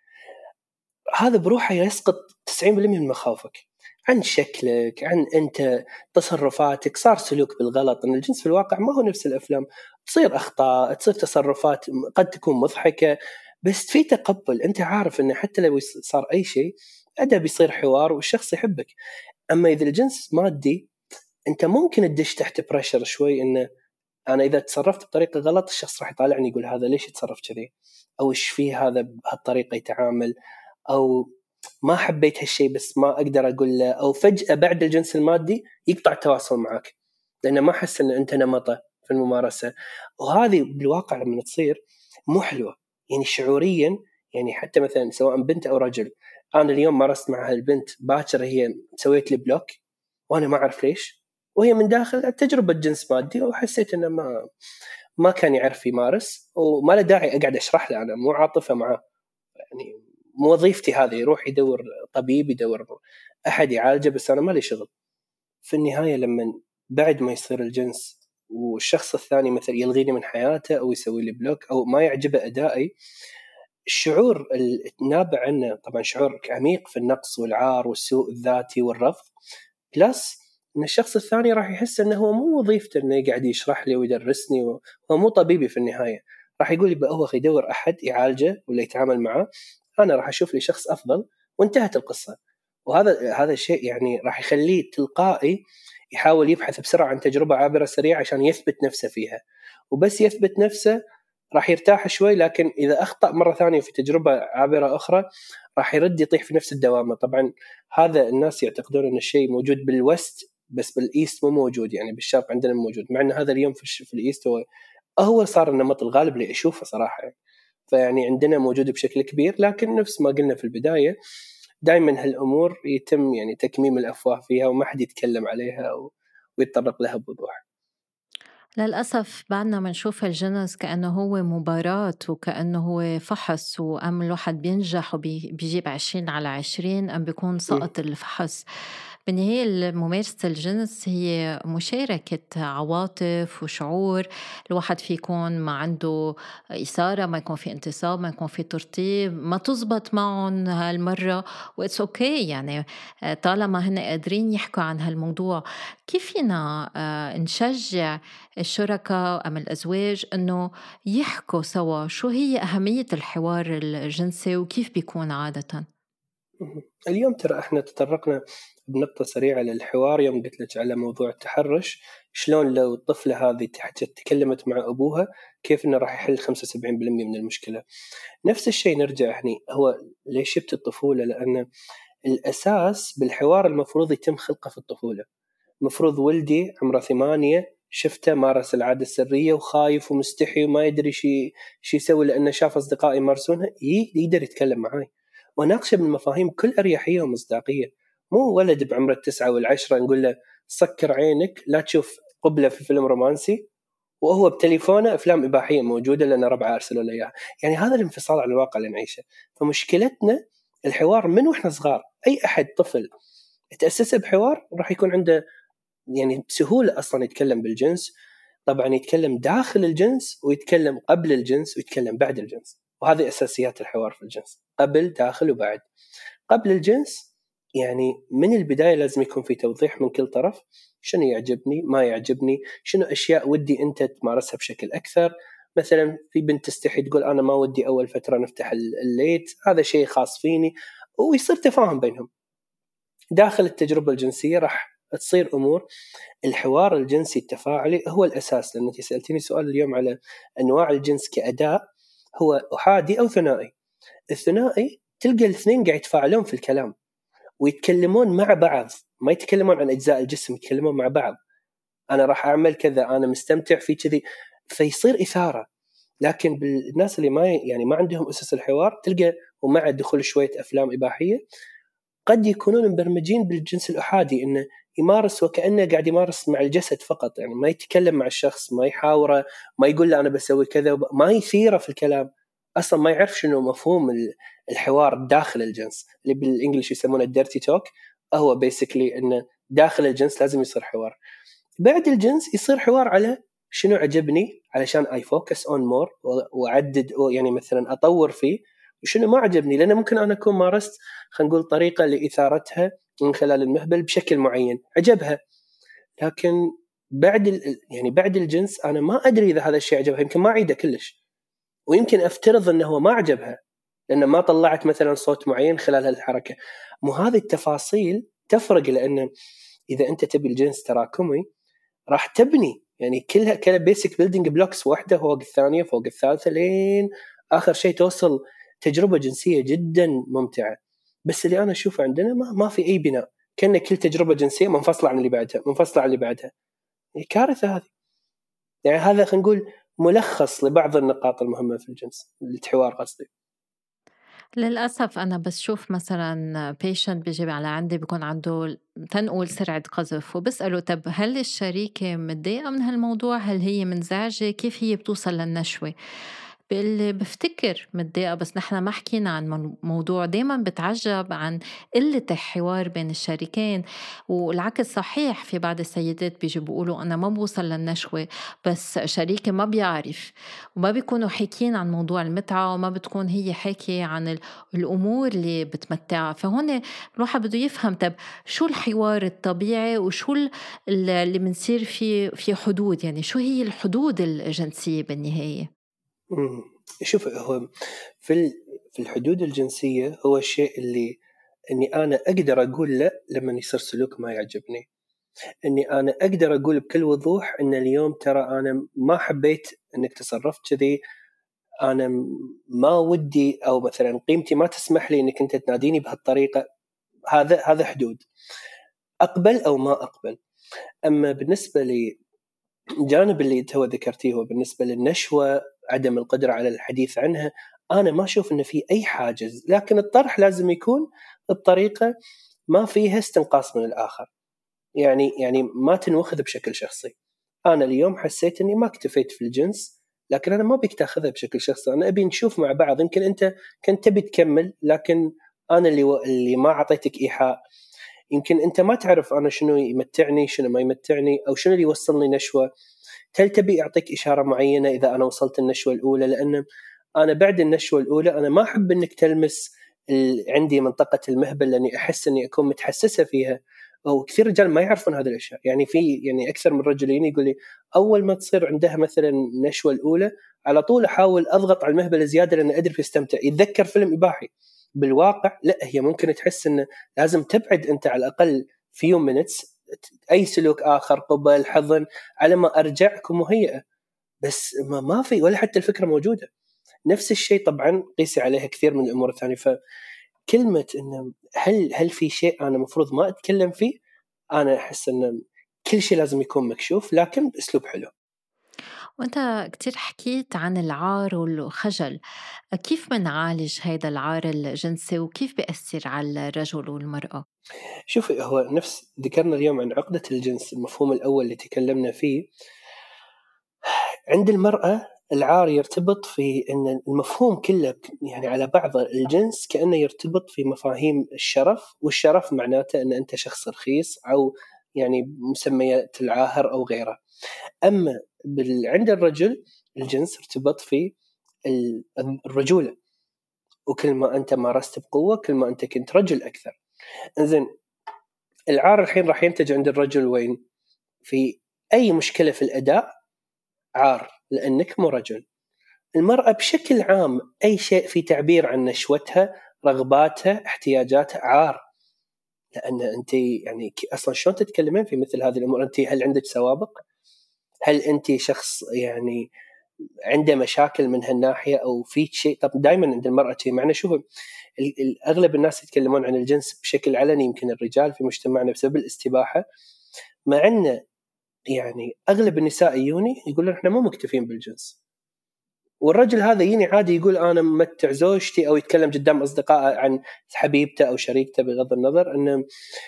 هذا بروحه يسقط تسعين بالمئة من مخاوفك عن شكلك، عن أنت تصرفاتك. صار سلوك بالغلط، أن الجنس في الواقع ما هو نفس الأفلام، تصير أخطاء، تصير تصرفات قد تكون مضحكة، بس في تقبل. أنت عارف أنه حتى لو صار أي شيء أدى بيصير حوار والشخص يحبك. أما إذا الجنس مادي أنت ممكن تدش تحت بريشر شوي، أنه أنا إذا تصرفت بطريقة غلط الشخص راح يطالعني يقول هذا ليش يتصرف كذي، أو إيش فيه هذا بهالطريقة يتعامل، أو ما حبيت هالشيء بس ما أقدر أقول له، أو فجأة بعد الجنس المادي يقطع التواصل معك لأنه ما حس أن أنت نمطه في الممارسة. وهذه بالواقع لما تصير مو حلوة يعني شعوريا. يعني حتى مثلا سواء بنت أو رجل، أنا اليوم مارست مع هالبنت، باكر هي سويت لي بلوك وأنا ما أعرف ليش، وهي من داخل تجربة جنس مادي، وحسيت أنه ما ما كان يعرف يمارس، وما له داعي أقعد أشرح له، أنا مو عاطفة معه يعني، مو وظيفتي هذه. يروح يدور طبيب، يدور أحد يعالجه، بس أنا ما لي شغل. في النهاية لما بعد ما يصير الجنس والشخص الثاني مثلا يلغيني من حياته أو يسوي لي بلوك أو ما يعجبه أدائي، الشعور النابع عنه طبعا شعور عميق في النقص والعار والسوء الذاتي والرفض، بلس إن الشخص الثاني راح يحس أنه هو مو وظيفته إنه يقعد يشرح لي ويدرسني، وهو مو طبيبي في النهاية. راح يقول يبقى هو يدور أحد يعالجه ولا يتعامل معه، أنا راح أشوف لي شخص أفضل وانتهت القصة. وهذا هذا الشيء يعني راح يخليه تلقائي يحاول يبحث بسرعة عن تجربة عابرة سريعة عشان يثبت نفسه فيها، وبس يثبت نفسه راح يرتاح شوي. لكن إذا أخطأ مرة ثانية في تجربة عابرة أخرى راح يرد يطيح في نفس الدوامة. طبعا هذا الناس يعتقدون أن الشيء موجود بالوست بس بالإيست مو موجود، يعني بالشرق عندنا موجود، مع أن هذا اليوم في, في الإيست هو هو صار النمط الغالب اللي أشوفه صراحة يعني. فيعني عندنا موجود بشكل كبير، لكن نفس ما قلنا في البداية دائما هالأمور يتم يعني تكميم الأفواه فيها وما حد يتكلم عليها ويتطرق لها بوضوح. للأسف بعدنا منشوف الجنس كأنه هو مباراة وكأنه هو فحص، وأم الواحد بينجح وبيجيب عشرين على عشرين أم بيكون سقط الفحص. بالنهاية ممارسة الجنس هي مشاركة عواطف وشعور. الواحد في يكون ما عنده إثارة، ما يكون في انتصاب، ما يكون في ترطيب، ما تزبط معهم هالمرة، وإتس أوكي يعني آه، طالما هن قادرين يحكوا عن هالموضوع. كيف فينا آه، نشجع الشركاء أم الأزواج إنه يحكوا سوا شو هي أهمية الحوار الجنسي وكيف بيكون عادةً؟ مهم. اليوم ترى احنا تطرقنا بنقطة سريعة للحوار يوم قلت لك على موضوع التحرش، شلون لو الطفلة هذه تحت- تكلمت مع أبوها كيف إنه راح يحل خمسة وسبعين بالمئة من المشكلة. نفس الشيء نرجع هني، هو ليش جبت الطفولة؟ لأن الأساس بالحوار المفروض يتم خلقه في الطفولة. مفروض ولدي عمره ثمانية شفته مارس العادة السرية وخايف ومستحي وما يدري شي شي يسوي لأنه شاف أصدقائي يمارسونها، يقدر يتكلم معاي وناقشه بالمفاهيم بكل أريحية ومصداقية. مو ولد بعمر التسعة والعشرة نقول له سكر عينك لا تشوف قبلة في فيلم رومانسي وهو بتليفونه أفلام إباحية موجودة لأن ربعه أرسلوا له إياها. يعني هذا الانفصال عن الواقع اللي نعيشه. فمشكلتنا الحوار من وإحنا صغار. أي أحد طفل تأسس بحوار راح يكون عنده يعني بسهولة أصلا يتكلم بالجنس. طبعا يتكلم داخل الجنس ويتكلم قبل الجنس ويتكلم بعد الجنس، وهذه أساسيات الحوار في الجنس، قبل داخل وبعد. قبل الجنس يعني من البداية لازم يكون في توضيح من كل طرف شنو يعجبني ما يعجبني، شنو أشياء ودي أنت تمارسها بشكل أكثر. مثلا في بنت تستحي تقول أنا ما ودي أول فترة نفتح الليت، هذا شيء خاص فيني، ويصير تفاهم بينهم. داخل التجربة الجنسية راح تصير أمور. الحوار الجنسي التفاعلي هو الأساس، لأن أنت سألتني سؤال اليوم على أنواع الجنس كأداء، هو أحادي أو ثنائي. الثنائي تلقى الاثنين قاعد يتفاعلون في الكلام ويتكلمون مع بعض، ما يتكلمون عن أجزاء الجسم، يتكلمون مع بعض. أنا راح أعمل كذا، أنا مستمتع في كذي، فيصير إثارة. لكن بالناس اللي ما يعني ما عندهم أسس الحوار تلقى ومع دخول شوية أفلام إباحية قد يكونون مبرمجين بالجنس الأحادي إنه يمارس وكأنه قاعد يمارس مع الجسد فقط، يعني ما يتكلم مع الشخص، ما يحاوره، ما يقول له أنا بسوي كذا، ما يثيره في الكلام. أصلا ما يعرف شنو مفهوم الحوار داخل الجنس اللي بالإنجليش يسمونه الديرتي توك. هو بيسكلي إنه داخل الجنس لازم يصير حوار. بعد الجنس يصير حوار على شنو عجبني علشان I focus on more وأعدد يعني مثلا أطور فيه، وشنو ما عجبني لأنه ممكن أنا أكون مارست خلينا نقول طريقة لإثارتها من خلال المهبل بشكل معين عجبها، لكن بعد يعني بعد الجنس أنا ما أدري إذا هذا الشيء عجبها، يمكن ما أعيده كلش، ويمكن أفترض أنه هو ما عجبها لأنه ما طلعت مثلا صوت معين خلال هالحركة. مو هذه التفاصيل تفرق، لأن إذا أنت تبي الجنس تراكمي راح تبني يعني كلها كلها بيسك بيلدينج بلوكس واحدة فوق الثانية فوق الثالثة لين آخر شيء توصل تجربة جنسية جدا ممتعة. بس اللي أنا أشوفه عندنا ما, ما في أي بناء، كأن كل تجربة جنسية منفصلة عن اللي بعدها منفصلة عن اللي بعدها. كارثة هذه. يعني هذا خلينا نقول ملخص لبعض النقاط المهمة في الجنس الحوار قصدي. للأسف أنا بس شوف مثلا patient بيجي على عندي بيكون عنده تنقول سرعة قذف، وبسأله طب هل الشريكة متضايقة من هالموضوع؟ هل هي منزعجة؟ كيف هي بتوصل للنشوة؟ اللي بفتكر متضايقة، بس نحن ما حكينا عن موضوع دايما بتعجب عن قلة الحوار بين الشريكين. والعكس صحيح، في بعض السيدات بيجي بيقولوا أنا ما بوصل للنشوة بس شريكي ما بيعرف، وما بيكونوا حاكين عن موضوع المتعة، وما بتكون هي حاكي عن ال- الأمور اللي بتمتع. فهون الواحد بده يفهم طب شو الحوار الطبيعي وشو ال- اللي منصير في في حدود، يعني شو هي الحدود الجنسية بالنهاية. مم. شوف هو في في الحدود الجنسية هو الشيء اللي اني انا اقدر اقول لا لما يصير سلوك ما يعجبني، اني انا اقدر اقول بكل وضوح ان اليوم ترى انا ما حبيت انك تصرفت كذي، انا ما ودي او مثلا قيمتي ما تسمح لي انك انت تناديني بهالطريقة. هذا هذا حدود، اقبل او ما اقبل. اما بالنسبة لي الجانب اللي انت هو ذكرتيه هو بالنسبة للنشوة عدم القدرة على الحديث عنها، أنا ما أشوف أنه في أي حاجز، لكن الطرح لازم يكون بطريقة ما فيها استنقاص من الآخر. يعني يعني ما تنوخذ بشكل شخصي. أنا اليوم حسيت أني ما اكتفيت في الجنس، لكن أنا ما بيك تاخذها بشكل شخصي، أنا أبي نشوف مع بعض، يمكن أنت كنت تبي تكمل لكن أنا اللي و... اللي ما عطيتك إيحاء. يمكن أنت ما تعرف أنا شنو يمتعني شنو ما يمتعني أو شنو اللي يوصلني نشوة. هل تبي أعطيك إشارة معينة إذا أنا وصلت النشوة الأولى؟ لأن أنا بعد النشوة الأولى أنا ما أحب أنك تلمس عندي منطقة المهبل لأني أحس أني أكون متحسسة فيها. أو كثير رجال ما يعرفون هذه الأشياء. يعني في يعني أكثر من رجلين يقول لي أول ما تصير عندها مثلا النشوة الأولى على طول أحاول أضغط على المهبل زيادة لأن أدري يستمتع يتذكر فيلم إباحي. بالواقع لا، هي ممكن تحس أنه لازم تبعد أنت على الأقل few minutes أي سلوك آخر قبل حضن على ما أرجع أكون مهيئة. بس ما, ما في ولا حتى الفكرة موجودة. نفس الشيء طبعا قيسي عليها كثير من الأمور الثانية. فكلمة إنه هل هل في شيء أنا مفروض ما أتكلم فيه؟ أنا أحس إن كل شيء لازم يكون مكشوف لكن بأسلوب حلو. وأنت كتير حكيت عن العار والخجل، كيف منعالج هيدا العار الجنسي وكيف بيأثر على الرجل والمرأة؟ شوفي، هو نفس ذكرنا اليوم عن عقدة الجنس، المفهوم الأول اللي تكلمنا فيه. عند المرأة العار يرتبط في أن المفهوم كله يعني على بعض الجنس كأنه يرتبط في مفاهيم الشرف، والشرف معناته أن أنت شخص رخيص أو يعني مسميات العاهر أو غيره. أما عند الرجل الجنس ارتبط في الرجولة، وكل ما أنت مارست بقوة كل ما أنت كنت رجل أكثر. إذن العار الحين راح ينتج عند الرجل وين؟ في أي مشكلة في الأداء عار لأنك مو رجل. المرأة بشكل عام أي شيء في تعبير عن نشوتها رغباتها احتياجاتها عار، لأن أنت يعني أصلا شلون تتكلمين في مثل هذه الأمور؟ أنت هل عندك سوابق؟ هل أنت شخص يعني عنده مشاكل من هالناحية أو في شيء؟ طب دائما عند المرأة شيء معنا. شوف، أغلب الناس يتكلمون عن الجنس بشكل علني، يمكن الرجال في مجتمعنا بسبب الاستباحة، مع أن يعني أغلب النساء يوني يقولون إحنا مو مكتفين بالجنس، والرجل هذا يني عادي يقول أنا ممتع زوجتي أو يتكلم قدام أصدقائه عن حبيبته أو شريكته بغض النظر أنه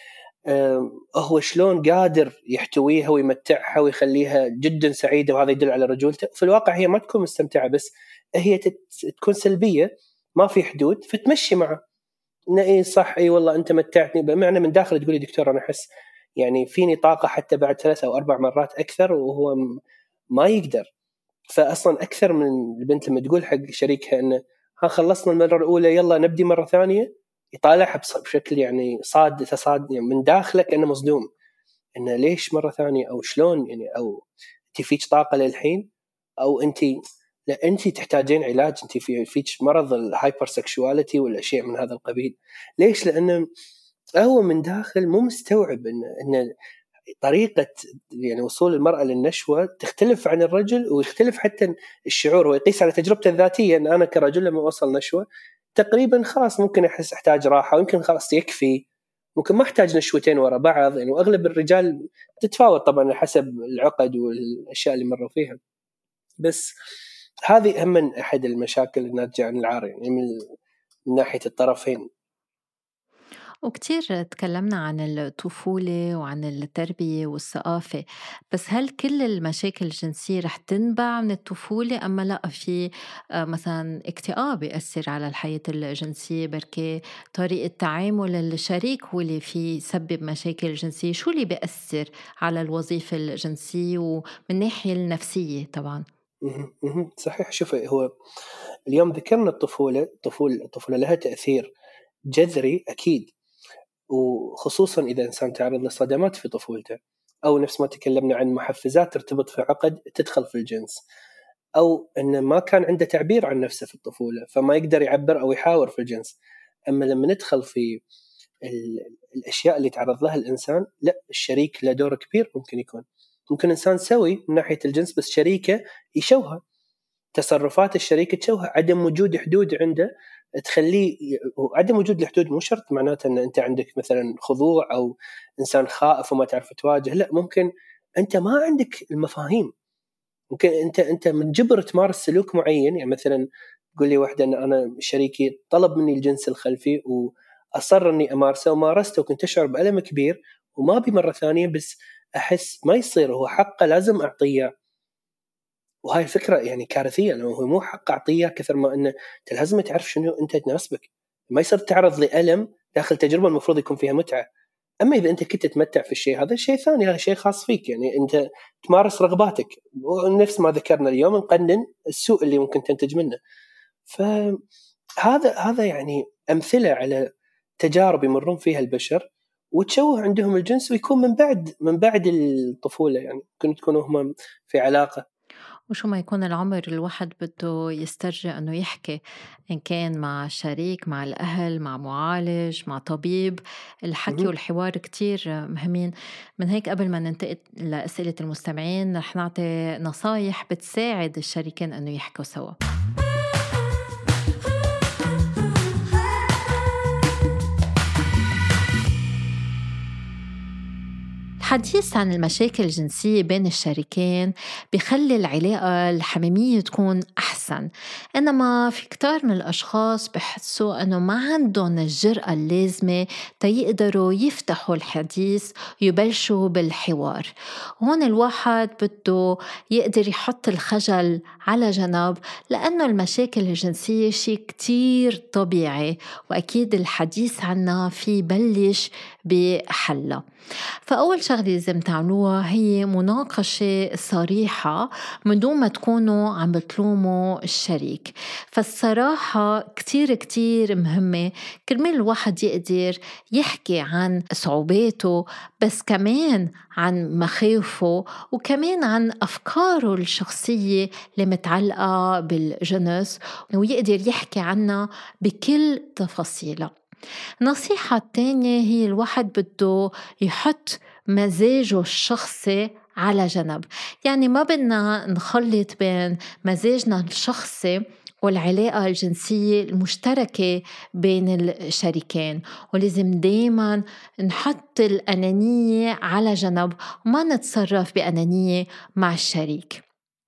هو شلون قادر يحتويها ويمتعها ويخليها جدا سعيدة، وهذا يدل على رجولته. في الواقع هي ما تكون مستمتعة، بس هي تكون سلبية ما في حدود فتمشي معه إنه إيه صح إيه والله أنت متعتني، بمعنى من داخل تقولي دكتور أنا أحس يعني فيني طاقة حتى بعد ثلاث أو أربع مرات أكثر، وهو ما يقدر. فأصلا أكثر من البنت لما تقول حق شريكها إنه ها خلصنا المرة الأولى يلا نبدي مرة ثانية، يطالعها بشكل يعني صاد تصاد يعني من داخله كأنه مصدوم إنه ليش مرة ثانية أو شلون يعني، أو أنت فيك طاقة للحين، أو أنت لا أنت تحتاجين علاج، أنت في فيك مرض الهايبر سكشواليتي ولا شيء من هذا القبيل. ليش؟ لأنه هو من داخل مو مستوعب إن إن طريقة يعني وصول المرأة للنشوة تختلف عن الرجل، ويختلف حتى الشعور. ويقيس على تجربته الذاتية أن أنا كرجل لما أوصل نشوة تقريبا خلاص ممكن أحس أحتاج راحة، ويمكن خلاص يكفي، ممكن ما أحتاج نشوتين ورا بعض يعني. وأغلب الرجال تتفاوت طبعا حسب العقد والأشياء اللي مروا فيها، بس هذه أهم من أحد المشاكل الناتجة عن العار يعني من ناحية الطرفين. وكتير تكلمنا عن الطفولة وعن التربية والثقافة، بس هل كل المشاكل الجنسية رح تنبع من الطفولة أما لا في آه، مثلا اكتئاب يأثر على الحياة الجنسية؟ بركي طريقة تعامل الشريك هو اللي في يسبب مشاكل جنسية. شو اللي بيأثر على الوظيفة الجنسية ومن الناحية النفسية طبعا؟ مهم. مهم. صحيح. شوف، هو اليوم ذكرنا الطفولة الطفولة الطفولة لها تأثير جذري أكيد، وخصوصا إذا إنسان تعرض لصدمات في طفولته، أو نفس ما تكلمنا عن محفزات ترتبط في عقد تدخل في الجنس، أو أنه ما كان عنده تعبير عن نفسه في الطفولة فما يقدر يعبر أو يحاور في الجنس. أما لما ندخل في الأشياء اللي تعرض لها الإنسان، لا، الشريك له دور كبير. ممكن يكون ممكن إنسان سوي من ناحية الجنس بس شريكه يشوه، تصرفات الشريك تشوه، عدم وجود حدود عنده تخليه. وعدم وجود الحدود مو شرط معناته أن أنت عندك مثلا خضوع أو إنسان خائف وما تعرف تواجه، لا، ممكن أنت ما عندك المفاهيم، ممكن أنت أنت منجبر تمارس سلوك معين. يعني مثلا تقول لي واحدة أن أنا شريكي طلب مني الجنس الخلفي وأصر أني أمارسه ومارسته وكنت أشعر بألم كبير وما أبي مرة ثانية، بس أحس ما يصير، هو حقه لازم أعطيه. وهاي الفكرة يعني كارثية، لأنه هو مو حق أعطيه كثر ما أنه أنت لازم تعرف شنو أنت تناسبك. ما يصير تعرض لألم داخل تجربة المفروض يكون فيها متعة. أما إذا أنت كنت تتمتع في الشيء هذا شيء ثاني، هذا شيء خاص فيك، يعني أنت تمارس رغباتك، ونفس ما ذكرنا اليوم نقنن السوء اللي ممكن تنتج منه. فهذا هذا يعني أمثلة على تجارب يمرون فيها البشر وتشوه عندهم الجنس، ويكون من بعد من بعد الطفولة، يعني ممكن تكونوا هم في علاقة. وشو ما يكون العمر الواحد بده يسترجي أنه يحكي، إن كان مع شريك، مع الأهل، مع معالج، مع طبيب. الحكي مهم. والحوار كتير مهمين. من هيك قبل ما ننتقل لأسئلة المستمعين رح نعطي نصايح بتساعد الشريكين أنه يحكوا سوا. الحديث عن المشاكل الجنسية بين الشريكين بيخلي العلاقة الحميمية تكون أحسن، إنما في كتار من الأشخاص بحسوا أنه ما عندهم الجرأة اللازمة تيقدروا يفتحوا الحديث ويبلشوا بالحوار. هون الواحد بده يقدر يحط الخجل على جنب، لأنه المشاكل الجنسية شيء كتير طبيعي، وأكيد الحديث عنها في بلش بحلها. فأول شغلة لازم تعملوها هي مناقشة صريحة من دون ما تكونوا عم بتلوموا الشريك. فالصراحة كتير كتير مهمة، كرمال الواحد يقدر يحكي عن صعوباته، بس كمان عن مخاوفه، وكمان عن أفكاره الشخصية اللي متعلقة بالجنس، ويقدر يحكي عنها بكل تفاصيلها. النصيحة التانية هي الواحد بده يحط مزاجه الشخصي على جنب. يعني ما بدنا نخلط بين مزاجنا الشخصي والعلاقة الجنسية المشتركة بين الشريكين، ولازم دايما نحط الأنانية على جنب وما نتصرف بأنانية مع الشريك.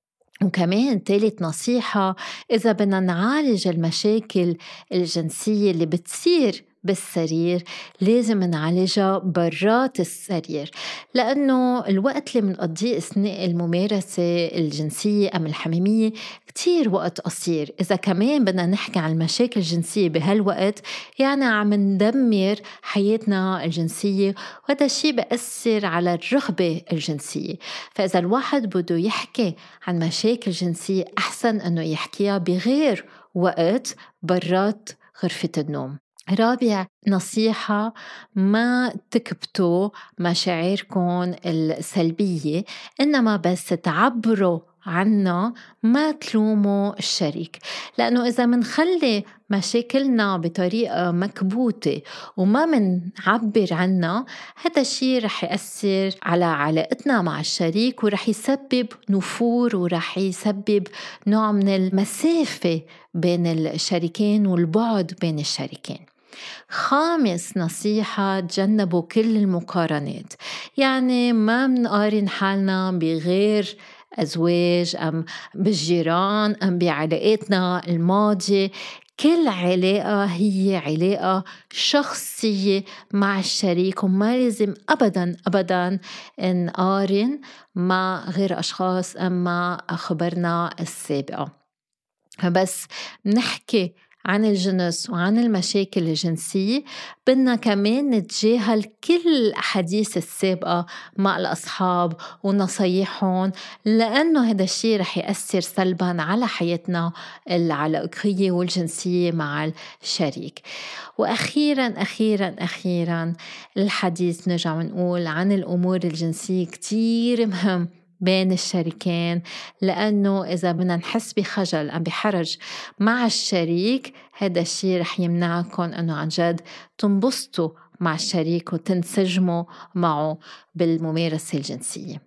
وكمان ثالث نصيحة، إذا بدنا نعالج المشاكل الجنسية اللي بتصير بالسرير لازم نعالجها برات السرير، لأنه الوقت اللي منقضيه أثناء الممارسة الجنسية أم الحميمية كتير وقت قصير. إذا كمان بدنا نحكي عن المشاكل الجنسية بهالوقت يعني عم ندمر حياتنا الجنسية، وهذا الشيء بأثر على الرغبة الجنسية. فإذا الواحد بده يحكي عن مشاكل جنسية أحسن أنه يحكيها بغير وقت برات غرفة النوم. رابع نصيحة، ما تكبتوا مشاعركم السلبية، إنما بس تعبروا عنا، ما تلوموا الشريك. لأنه إذا منخلي مشاكلنا بطريقة مكبوتة وما منعبر عنا، هذا الشيء رح يأثر على علاقتنا مع الشريك، ورح يسبب نفور، ورح يسبب نوع من المسافة بين الشريكين والبعد بين الشريكين. خامس نصيحة، تجنبوا كل المقارنات. يعني ما منقارن حالنا بغير أزواج أم بالجيران أم بعلاقاتنا الماضية. كل علاقة هي علاقة شخصية مع الشريك، وما لازم أبداً أبداً نقارن مع غير أشخاص أم مع خبرنا السابقة. فبس نحكي عن الجنس وعن المشاكل الجنسية، بدنا كمان نتجاهل كل الأحاديث السابقة مع الأصحاب ونصايحهم، لأنه هذا الشيء رح يأثر سلباً على حياتنا العلاقية والجنسية مع الشريك. وأخيراً أخيراً أخيراً الحديث نرجع ونقول عن الأمور الجنسية كتير مهم بين الشريكين، لأنه إذا بدنا نحس بخجل أم بحرج مع الشريك، هذا الشيء رح يمنعكم أنه عن جد تنبسطوا مع الشريك وتنسجموا معه بالممارسة الجنسية.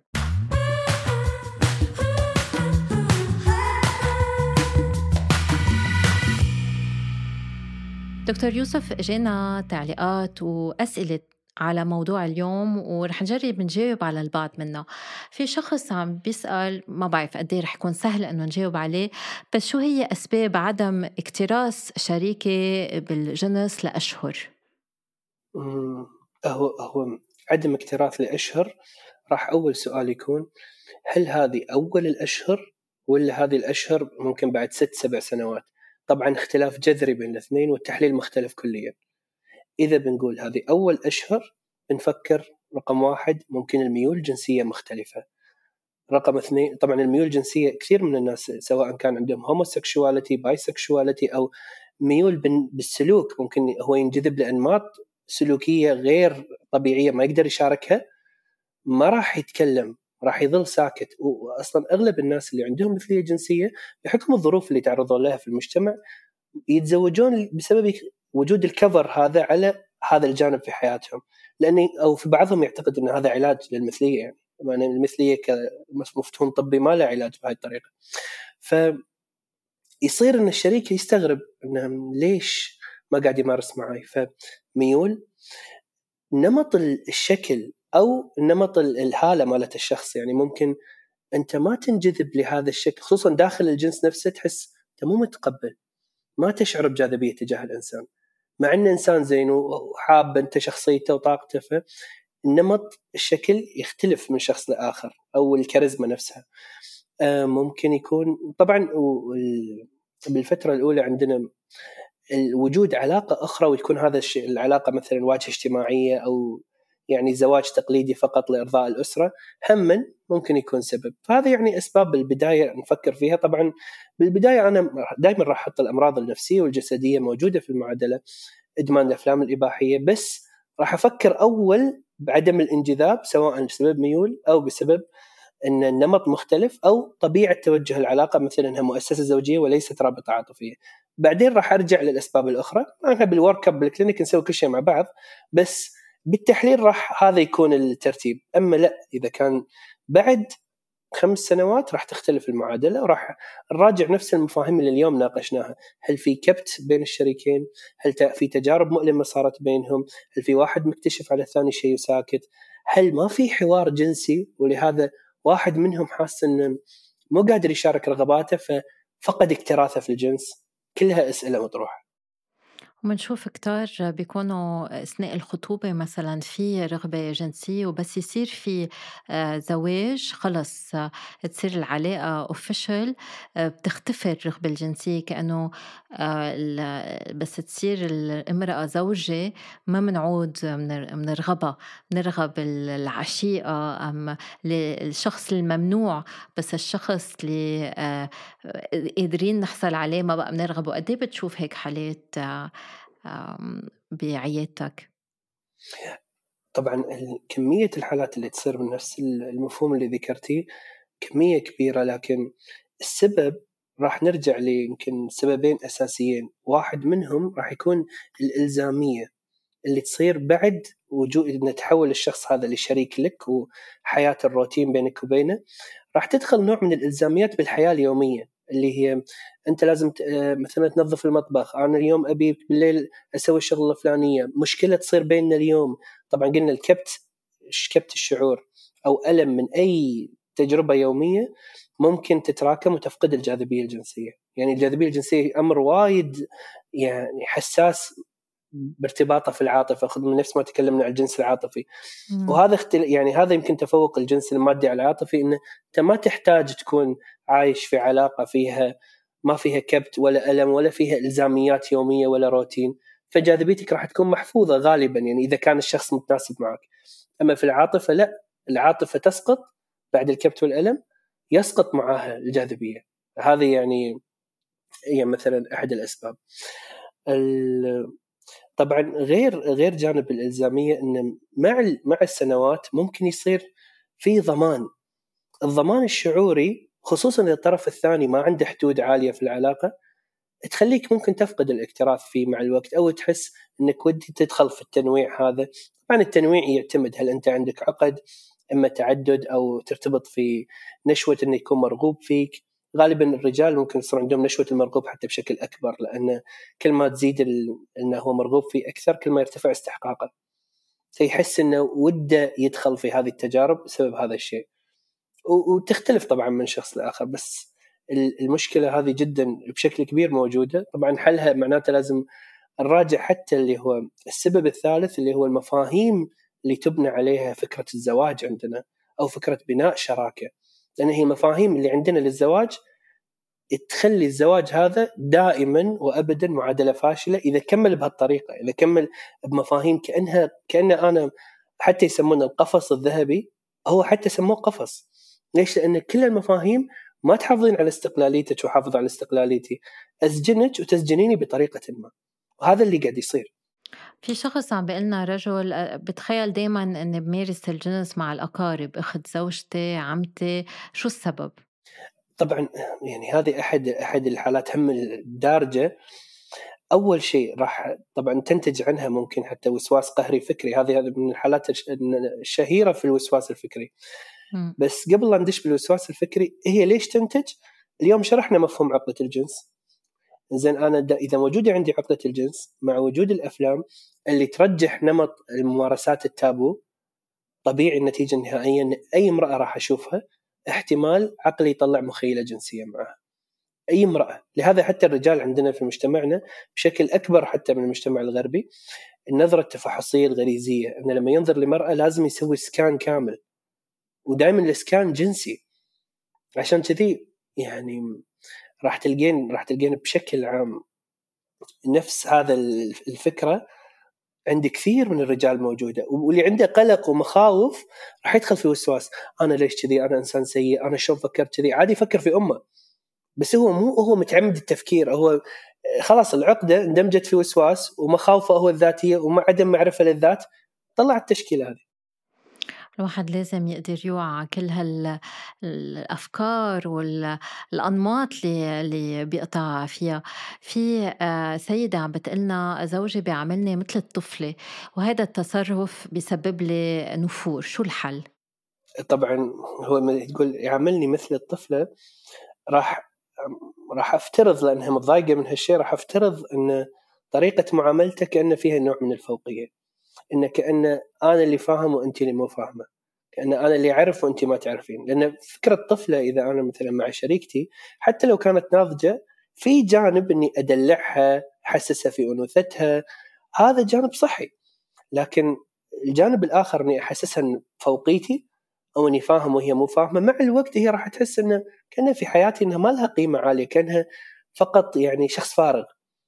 دكتور يوسف، جينا تعليقات وأسئلة على موضوع اليوم ورح نجرب نجاوب على البعض منه. في شخص عم بيسأل، ما بعرف قد ايه رح يكون سهل انه نجاوب عليه، بس شو هي اسباب عدم اكتراث شريكي بالجنس لاشهر؟ أمم، هو هو عدم اكتراث لأشهر، راح أول سؤال يكون هل هذه أول الأشهر ولا هذه الأشهر ممكن بعد ست سبع سنوات؟ طبعا اختلاف جذري بين الاثنين والتحليل مختلف كليا. إذا بنقول هذه أول أشهر بنفكر رقم واحد ممكن الميول الجنسية مختلفة. رقم اثنين طبعا الميول الجنسية كثير من الناس سواء كان عندهم هوموسيكشواليتي بايسكشواليتي أو ميول بالسلوك، ممكن هو ينجذب لأنماط سلوكية غير طبيعية ما يقدر يشاركها، ما راح يتكلم، راح يظل ساكت. وأصلا أغلب الناس اللي عندهم مثلية جنسية بحكم الظروف اللي تعرضون لها في المجتمع يتزوجون بسبب وجود الكفر هذا على هذا الجانب في حياتهم، لأن أو في بعضهم يعتقد أن هذا علاج للمثلية، يعني يعني المثلية كمفهوم طبي ما له علاج بهذه الطريقة. فيصير أن الشريك يستغرب أنه ليش ما قاعد يمارس معي. فميول نمط الشكل أو نمط الحالة مالت الشخص، يعني ممكن أنت ما تنجذب لهذا الشكل خصوصا داخل الجنس نفسه، تحس أنت مو متقبل، ما تشعر بجاذبية تجاه الإنسان مع أنه إنسان زين وحاب أنت شخصيته وطاقته. فالنمط الشكل يختلف من شخص لآخر أو الكاريزما نفسها. ممكن يكون طبعا بالفترة الأولى عندنا الوجود علاقة أخرى وتكون هذا الشيء العلاقة مثلا واجهة اجتماعية أو يعني زواج تقليدي فقط لإرضاء الأسرة، هم ممكن يكون سبب. فهذا يعني أسباب بالبداية نفكر فيها. طبعا بالبداية أنا دائما راح أحط الأمراض النفسية والجسدية موجودة في المعادلة، إدمان الأفلام الإباحية، بس راح أفكر أول بعدم الانجذاب سواء بسبب ميول أو بسبب أن النمط مختلف أو طبيعة توجه العلاقة مثلا أنها مؤسسة زوجية وليست رابطة عاطفية. بعدين راح أرجع للأسباب الأخرى. أنا بالورك اب بالكلينيك نسوي كل شيء مع بعض، بس بالتحليل راح هذا يكون الترتيب. أما لا، إذا كان بعد خمس سنوات راح تختلف المعادلة وراح نراجع نفس المفاهيم اللي اليوم ناقشناها. هل في كبت بين الشريكين؟ هل في تجارب مؤلمة صارت بينهم؟ هل في واحد مكتشف على الثاني شيء وساكت؟ هل ما في حوار جنسي ولهذا واحد منهم حاس إنه مو قادر يشارك رغباته ففقد اكتراثه في الجنس؟ كلها أسئلة مطروحة. ومنشوف كتار بيكونوا أثناء الخطوبة مثلا في رغبة جنسية، وبس يصير في زواج خلص تصير العلاقة official بتختفي الرغبة الجنسية، كأنه بس تصير الامرأة زوجة ما منعود من الرغبة، نرغب العشيقة أم الشخص الممنوع، بس الشخص اللي قادرين نحصل عليه ما بقى بنرغب. وقد ايه بتشوف هيك حالات بعيادتك؟ طبعا كمية الحالات اللي تصير من نفس المفهوم اللي ذكرتيه كمية كبيرة، لكن السبب راح نرجع ليمكن سببين أساسيين. واحد منهم راح يكون الإلزامية اللي تصير بعد وجود إن تحول الشخص هذا لشريك لك وحياة الروتين بينك وبينه. راح تدخل نوع من الإلزاميات بالحياة اليومية اللي هي أنت لازم مثلا تنظف المطبخ، أنا اليوم أبي بالليل أسوي الشغلة الفلانية، مشكلة تصير بيننا اليوم. طبعا قلنا الكبت كبت الشعور أو ألم من أي تجربة يومية ممكن تتراكم وتفقد الجاذبية الجنسية. يعني الجاذبية الجنسية أمر وايد يعني حساس بارتباطه في العاطفة، خذ من نفس ما تكلمنا عن الجنس العاطفي. مم. وهذا اختل... يعني هذا يمكن تفوق الجنس المادي على العاطفي، إنه أنت ما تحتاج تكون عايش في علاقة فيها ما فيها كبت ولا ألم ولا فيها إلزاميات يومية ولا روتين، فجاذبيتك راح تكون محفوظة غالبا يعني إذا كان الشخص متناسب معك. أما في العاطفة لا، العاطفة تسقط بعد الكبت والألم، يسقط معها الجاذبية. هذه يعني هي مثلا أحد الأسباب. ال... طبعا غير غير جانب الإلزامية إن مع مع السنوات ممكن يصير في ضمان. الضمان الشعوري خصوصا إذا الطرف الثاني ما عنده حدود عالية في العلاقة تخليك ممكن تفقد الاكتراث فيه مع الوقت، أو تحس إنك ودي تدخل في التنويع هذا. طبعا التنويع يعتمد هل أنت عندك عقد إما تعدد أو ترتبط في نشوة إنه يكون مرغوب فيك. غالبا الرجال ممكن يصير عندهم نشوة المرغوب حتى بشكل أكبر، لأن كل ما تزيد إنه هو مرغوب فيه أكثر كل ما يرتفع استحقاقه، فيحس إنه وده يدخل في هذه التجارب بسبب هذا الشيء. وتختلف طبعا من شخص لآخر، بس المشكلة هذه جدا بشكل كبير موجودة. طبعا حلها معناته لازم نراجع حتى اللي هو السبب الثالث اللي هو المفاهيم اللي تبنى عليها فكرة الزواج عندنا أو فكرة بناء شراكة، لأن هي مفاهيم اللي عندنا للزواج تخلي الزواج هذا دائما وأبدا معادلة فاشلة إذا كمل بهالطريقة، إذا كمل بمفاهيم كأنها كأن أنا حتى يسمونه القفص الذهبي، هو حتى سموه قفص. ليش؟ لأن كل المفاهيم ما تحافظين على استقلاليتك وحافظ على استقلاليتي، أسجنك وتسجنيني بطريقة ما، وهذا اللي قاعد يصير. في شخص عم بيقلنا رجل أ بتخيّل دايمًا إنّي بامارس الجنس مع الأقارب، أخت زوجتي، عمتي، شو السبب؟ طبعًا يعني هذه أحد أحد الحالات هم الدارجة. أول شيء راح طبعًا تنتج عنها ممكن حتى وسواس قهري فكري، هذه هذه من الحالات الش الشهيرة في الوسواس الفكري. إمم. بس قبل لا ندش بالوسواس الفكري، هي ليش تنتج؟ اليوم شرحنا مفهوم عقدة الجنس. زين أنا د إذا موجودة عندي عقدة الجنس مع وجود الأفلام اللي ترجح نمط الممارسات التابو، طبيعي النتيجة النهائية إن أي امرأة راح أشوفها احتمال عقلي يطلع مخيلة جنسية معها. أي امرأة. لهذا حتى الرجال عندنا في مجتمعنا بشكل أكبر حتى من المجتمع الغربي، النظرة التفحصية الغريزية، أن لما ينظر لمرأة لازم يسوي سكان كامل، ودائما السكان جنسي. عشان كذي يعني راح تلقين راح تلقين بشكل عام نفس هذا الفكرة عند كثير من الرجال موجودة، واللي عنده قلق ومخاوف راح يدخل في وسواس. أنا ليش كذي؟ أنا إنسان سيء، أنا شلون فكرت كذي؟ عادي يفكر في أمه، بس هو مو هو متعمد التفكير، هو خلاص العقدة اندمجت في وسواس ومخاوفه هو الذاتية ومع عدم معرفة للذات طلع التشكيلة هذه. الواحد لازم يقدر يوعى كل هال الأفكار والأنماط اللي اللي بيقطع فيها. في آه، سيدة عم بتقلنا زوجي بيعاملني مثل الطفلة، وهذا التصرف بيسبب لي نفور، شو الحل؟ طبعا هو ما تقول يعاملني مثل الطفلة، راح راح أفترض لأنها متضايقة من هالشيء، راح أفترض أن طريقة معاملته كأن فيها نوع من الفوقية، إن كأن أنا اللي فاهم وأنت اللي مو فاهمة، كأن أنا اللي أعرف وأنت ما تعرفين. لأن فكرة طفلة إذا أنا مثلا مع شريكتي حتى لو كانت ناضجة، في جانب إني أدلعها، أحسسها في أنوثتها، هذا جانب صحي. لكن الجانب الآخر إني أحسسها فوقيتي أو إني فاهم وهي مو فاهمة، مع الوقت هي راح تحس إنه كأنها في حياتي إنها ما لها قيمة عالية، كأنها فقط يعني شخص فارغ،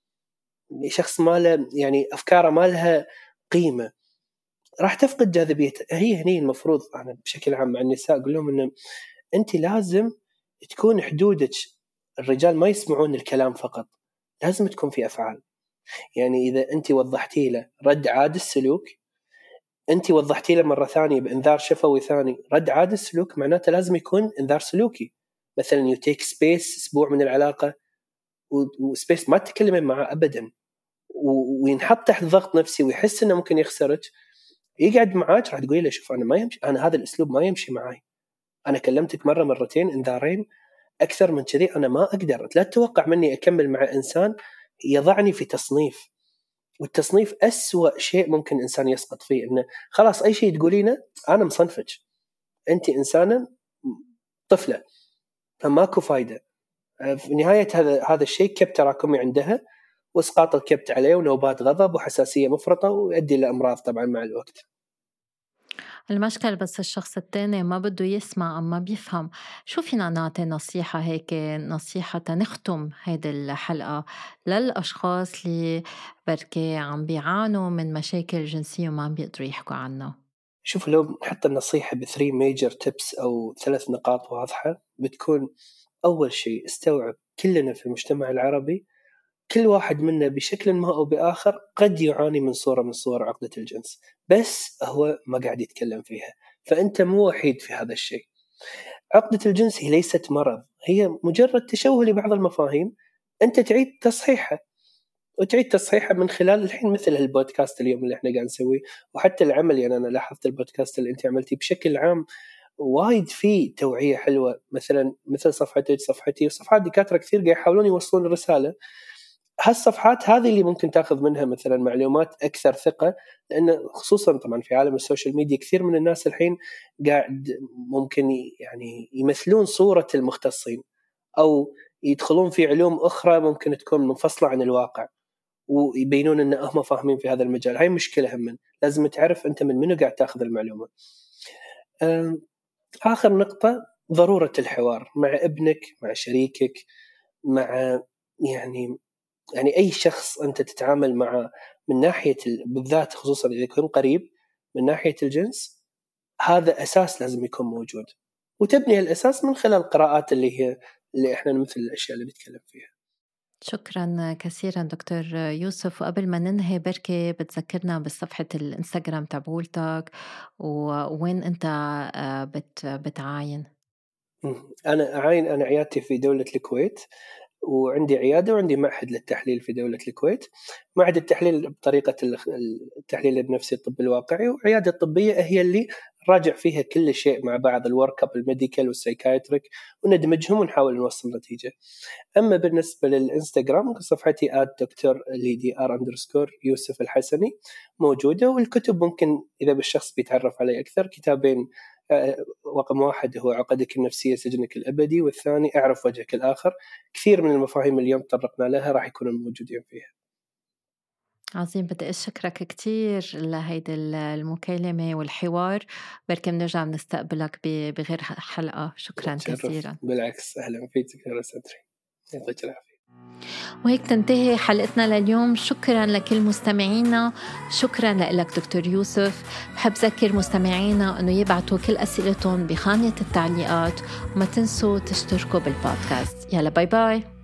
شخص ما له يعني أفكاره ما لها قيمة، راح تفقد جاذبيتها. هي هني المفروض أنا بشكل عام مع النساء أقول لهم إنه أنت لازم تكون حدودك، الرجال ما يسمعون الكلام فقط، لازم تكون في أفعال. يعني إذا أنت وضحتي له رد عاد السلوك، أنت وضحتي له مرة ثانية بإنذار شفوي ثاني رد عاد السلوك، معناته لازم يكون إنذار سلوكي. مثلا you take space أسبوع من العلاقة، وسبيس ما تتكلمين معه أبدا، وينحط تحت ضغط نفسي ويحس إنه ممكن يخسرك، يقعد معاك راح تقولي له شوف أنا ما يمشي، أنا هذا الأسلوب ما يمشي معي، أنا كلمتك مرة مرتين إنذارين، أكثر من كذي أنا ما أقدر، لا تتوقع مني أكمل مع إنسان يضعني في تصنيف. والتصنيف أسوأ شيء ممكن إنسان يسقط فيه، إنه خلاص أي شيء تقولينه أنا مصنفك، أنت إنسانة طفلة، فماكو فايدة. في نهاية هذا هذا الشيء كبت تراكمي عندها، واسقاط الكبت عليه ونوبات غضب وحساسية مفرطة، ويؤدي إلى أمراض طبعا مع الوقت. المشكلة بس الشخص التاني ما بده يسمع أما بيفهم. شو فينا نعطي نصيحة هيك، نصيحة تنختم هيدي الحلقة للأشخاص اللي بركي عم بيعانوا من مشاكل جنسية وما عم بيقدروا يحكوا عنها؟ شوف لو نحط النصيحة بثري ميجر تيبس أو ثلاث نقاط واضحة بتكون: أول شيء استوعب كلنا في المجتمع العربي كل واحد منا بشكل ما أو بآخر قد يعاني من صورة من صور عقدة الجنس، بس هو ما قاعد يتكلم فيها، فأنت مو وحيد في هذا الشيء. عقدة الجنس هي ليست مرض، هي مجرد تشوه لبعض المفاهيم، أنت تعيد تصحيحها، وتعيد تصحيحها من خلال الحين مثل البودكاست اليوم اللي احنا قاعد نسويه، وحتى العمل. يعني أنا لاحظت البودكاست اللي أنت عملتيه بشكل عام وايد فيه توعية حلوة، مثلا مثل صفحتك صفحتي وصفحات دكاترة كثير قاعد يحاولون يوصلون الرسالة. هالصفحات هذه اللي ممكن تاخذ منها مثلا معلومات أكثر ثقة، لأن خصوصا طبعا في عالم السوشيال ميديا كثير من الناس الحين قاعد ممكن يعني يمثلون صورة المختصين، أو يدخلون في علوم أخرى ممكن تكون منفصلة عن الواقع، ويبينون أن هم فاهمين في هذا المجال. هاي مشكلة هم لازم تعرف أنت من منو قاعد تاخذ المعلومة. آخر نقطة، ضرورة الحوار مع ابنك، مع شريكك، مع يعني يعني أي شخص أنت تتعامل معه من ناحية بالذات، خصوصا إذا يكون قريب، من ناحية الجنس، هذا أساس لازم يكون موجود، وتبني الأساس من خلال القراءات اللي هي اللي إحنا مثل الأشياء اللي بنتكلم فيها. شكرا كثيرا دكتور يوسف. وقبل ما ننهي بركة بتذكرنا بصفحة الانستغرام تبعولتك ووين أنت بت بتعاين؟ أنا أعاين أنا عيادتي في دولة الكويت، وعندي عيادة وعندي معهد للتحليل في دولة الكويت. معهد التحليل بطريقة التحليل النفسي الطب الواقعي، وعيادة الطبية هي اللي راجع فيها كل شيء مع بعض، الورك اب الميديكال والسايكايتريك، وندمجهم ونحاول نوصل نتيجة. أما بالنسبة للإنستغرام صفحتي آت دكتور ليدي آر أندرسكور يوسف الحسني موجودة، والكتب ممكن إذا بالشخص بيتعرف علي أكثر كتابين، رقم واحد هو عقدك النفسية سجنك الأبدي، والثاني أعرف وجهك الآخر. كثير من المفاهيم اليوم تطرقنا لها راح يكونوا موجودين فيها. عظيم، بدي أشكرك كتير لهيدي المكالمة والحوار. بركي بنرجع بنستقبلك بغير حلقة. شكرا كثيرا. بالعكس، أهلا فيك دكتورة سدري، يعطيك العافية. وهيك تنتهي حلقتنا لليوم. شكرا لكل مستمعينا، شكرا لك دكتور يوسف. بحب ذكر مستمعينا أنه يبعتوا كل أسئلتهم بخانة التعليقات، وما تنسوا تشتركوا بالبودكاست. يلا باي باي.